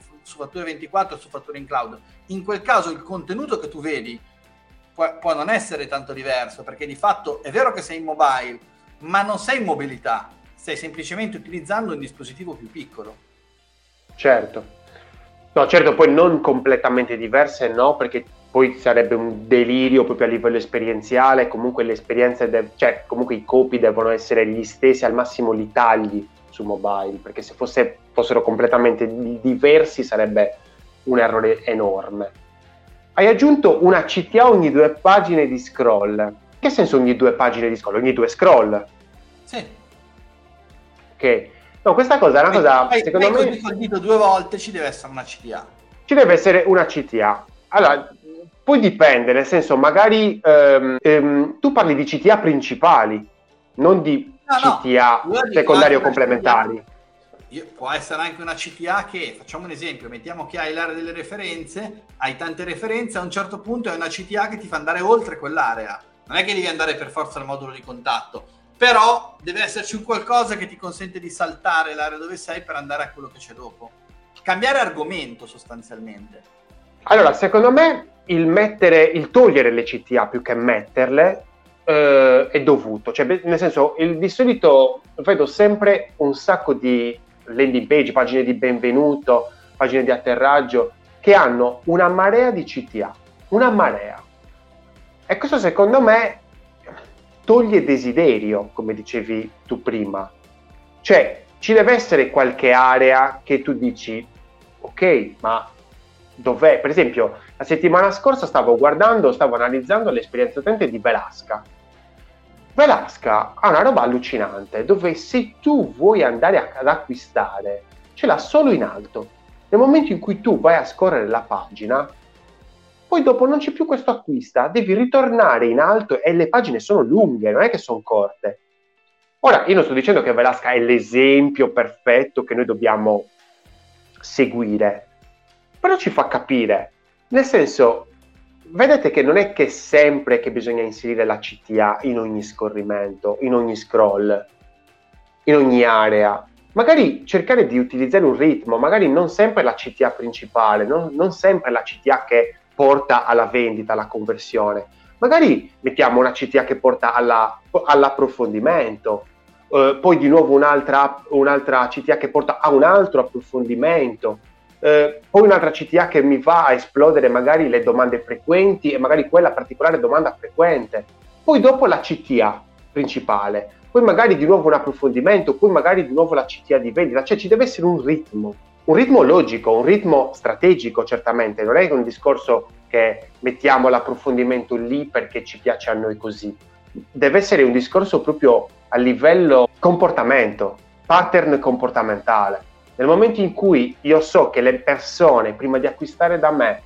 24, su Fatture in Cloud. In quel caso il contenuto che tu vedi può non essere tanto diverso, perché di fatto è vero che sei in mobile, ma non sei in mobilità, stai semplicemente utilizzando un dispositivo più piccolo. Certo. No, certo, poi non completamente diverse, no, perché poi sarebbe un delirio proprio a livello esperienziale, comunque le esperienze, cioè comunque i copy devono essere gli stessi, al massimo li tagli su mobile, perché se fossero completamente diversi sarebbe un errore enorme. Hai aggiunto una CTA ogni 2 pagine di scroll. Che senso ogni 2 pagine di scroll? Ogni 2 scroll? Sì. Ok. No, questa cosa è una cosa, secondo me... Se col dito 2 volte ci deve essere una CTA. Ci deve essere una CTA. Allora, poi dipende, nel senso, magari tu parli di CTA principali, non di CTA secondarie o complementari. può essere anche una CTA che, facciamo un esempio, mettiamo che hai l'area delle referenze, hai tante referenze, a un certo punto è una CTA che ti fa andare oltre quell'area. Non è che devi andare per forza al modulo di contatto, però deve esserci un qualcosa che ti consente di saltare l'area dove sei per andare a quello che c'è dopo. Cambiare argomento sostanzialmente. Allora, secondo me il togliere le CTA più che metterle è dovuto. Cioè, nel senso, di solito vedo sempre un sacco di landing page, pagine di benvenuto, pagine di atterraggio, che hanno una marea di CTA. Una marea. E questo secondo me toglie desiderio, come dicevi tu prima. Cioè, ci deve essere qualche area che tu dici, ok, ma dov'è? Per esempio, la settimana scorsa stavo analizzando l'esperienza utente di Velasca. Velasca ha una roba allucinante, dove se tu vuoi andare ad acquistare, ce l'ha solo in alto. Nel momento in cui tu vai a scorrere la pagina, poi dopo non c'è più questo acquista, devi ritornare in alto e le pagine sono lunghe, non è che sono corte. Ora, io non sto dicendo che Velasca è l'esempio perfetto che noi dobbiamo seguire, però ci fa capire, nel senso, vedete che non è che sempre che bisogna inserire la CTA in ogni scorrimento, in ogni scroll, in ogni area. Magari cercare di utilizzare un ritmo, magari non sempre la CTA principale, non sempre la CTA che porta alla vendita, alla conversione. Magari mettiamo una CTA che porta all'approfondimento, poi di nuovo un'altra CTA che porta a un altro approfondimento, poi un'altra CTA che mi va a esplodere magari le domande frequenti e magari quella particolare domanda frequente, poi dopo la CTA principale, poi magari di nuovo un approfondimento, poi magari di nuovo la CTA di vendita. Cioè ci deve essere un ritmo logico, un ritmo strategico. Certamente non è un discorso che mettiamo l'approfondimento lì perché ci piace a noi così, deve essere un discorso proprio a livello comportamento, pattern comportamentale. Nel momento in cui io so che le persone prima di acquistare da me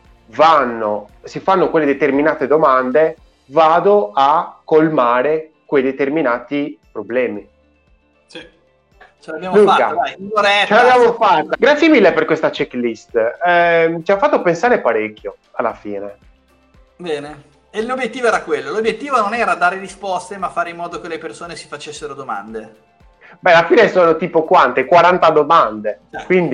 si fanno quelle determinate domande, vado a colmare quei determinati problemi. Sì, ce l'abbiamo fatta, dai, ce l'abbiamo fatta. Grazie mille per questa checklist, ci ha fatto pensare parecchio alla fine. Bene, e l'obiettivo era quello, l'obiettivo non era dare risposte ma fare in modo che le persone si facessero domande. Beh, alla fine sono tipo quante? 40 domande, quindi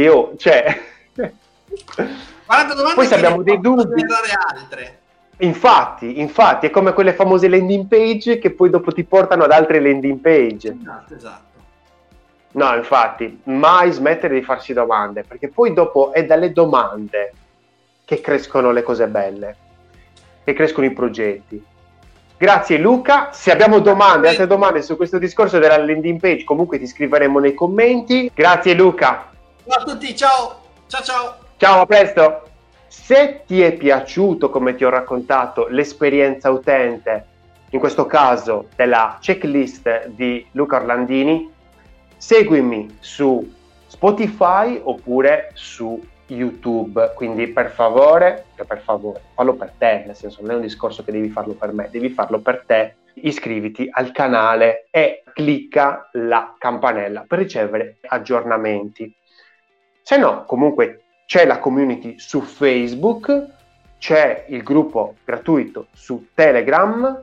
40 domande. Poi se abbiamo dei dubbi, altre. Infatti, è come quelle famose landing page che poi dopo ti portano ad altre landing page. Esatto. No, infatti, mai smettere di farsi domande, perché poi dopo è dalle domande che crescono le cose belle, che crescono i progetti. Grazie Luca, se abbiamo altre domande su questo discorso della landing page, comunque ti scriveremo nei commenti. Grazie Luca. Ciao a tutti, ciao. Ciao, a presto. Se ti è piaciuto, come ti ho raccontato, l'esperienza utente, in questo caso della checklist di Luca Orlandini, seguimi su Spotify oppure su YouTube, quindi per favore, fallo per te, nel senso non è un discorso che devi farlo per me, devi farlo per te. Iscriviti al canale e clicca la campanella per ricevere aggiornamenti. Se no, comunque c'è la community su Facebook, c'è il gruppo gratuito su Telegram,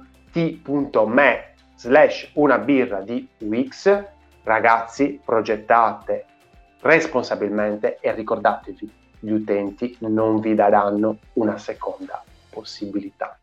t.me/unabirra di Wix. Ragazzi, progettate responsabilmente e ricordatevi, gli utenti non vi daranno una seconda possibilità.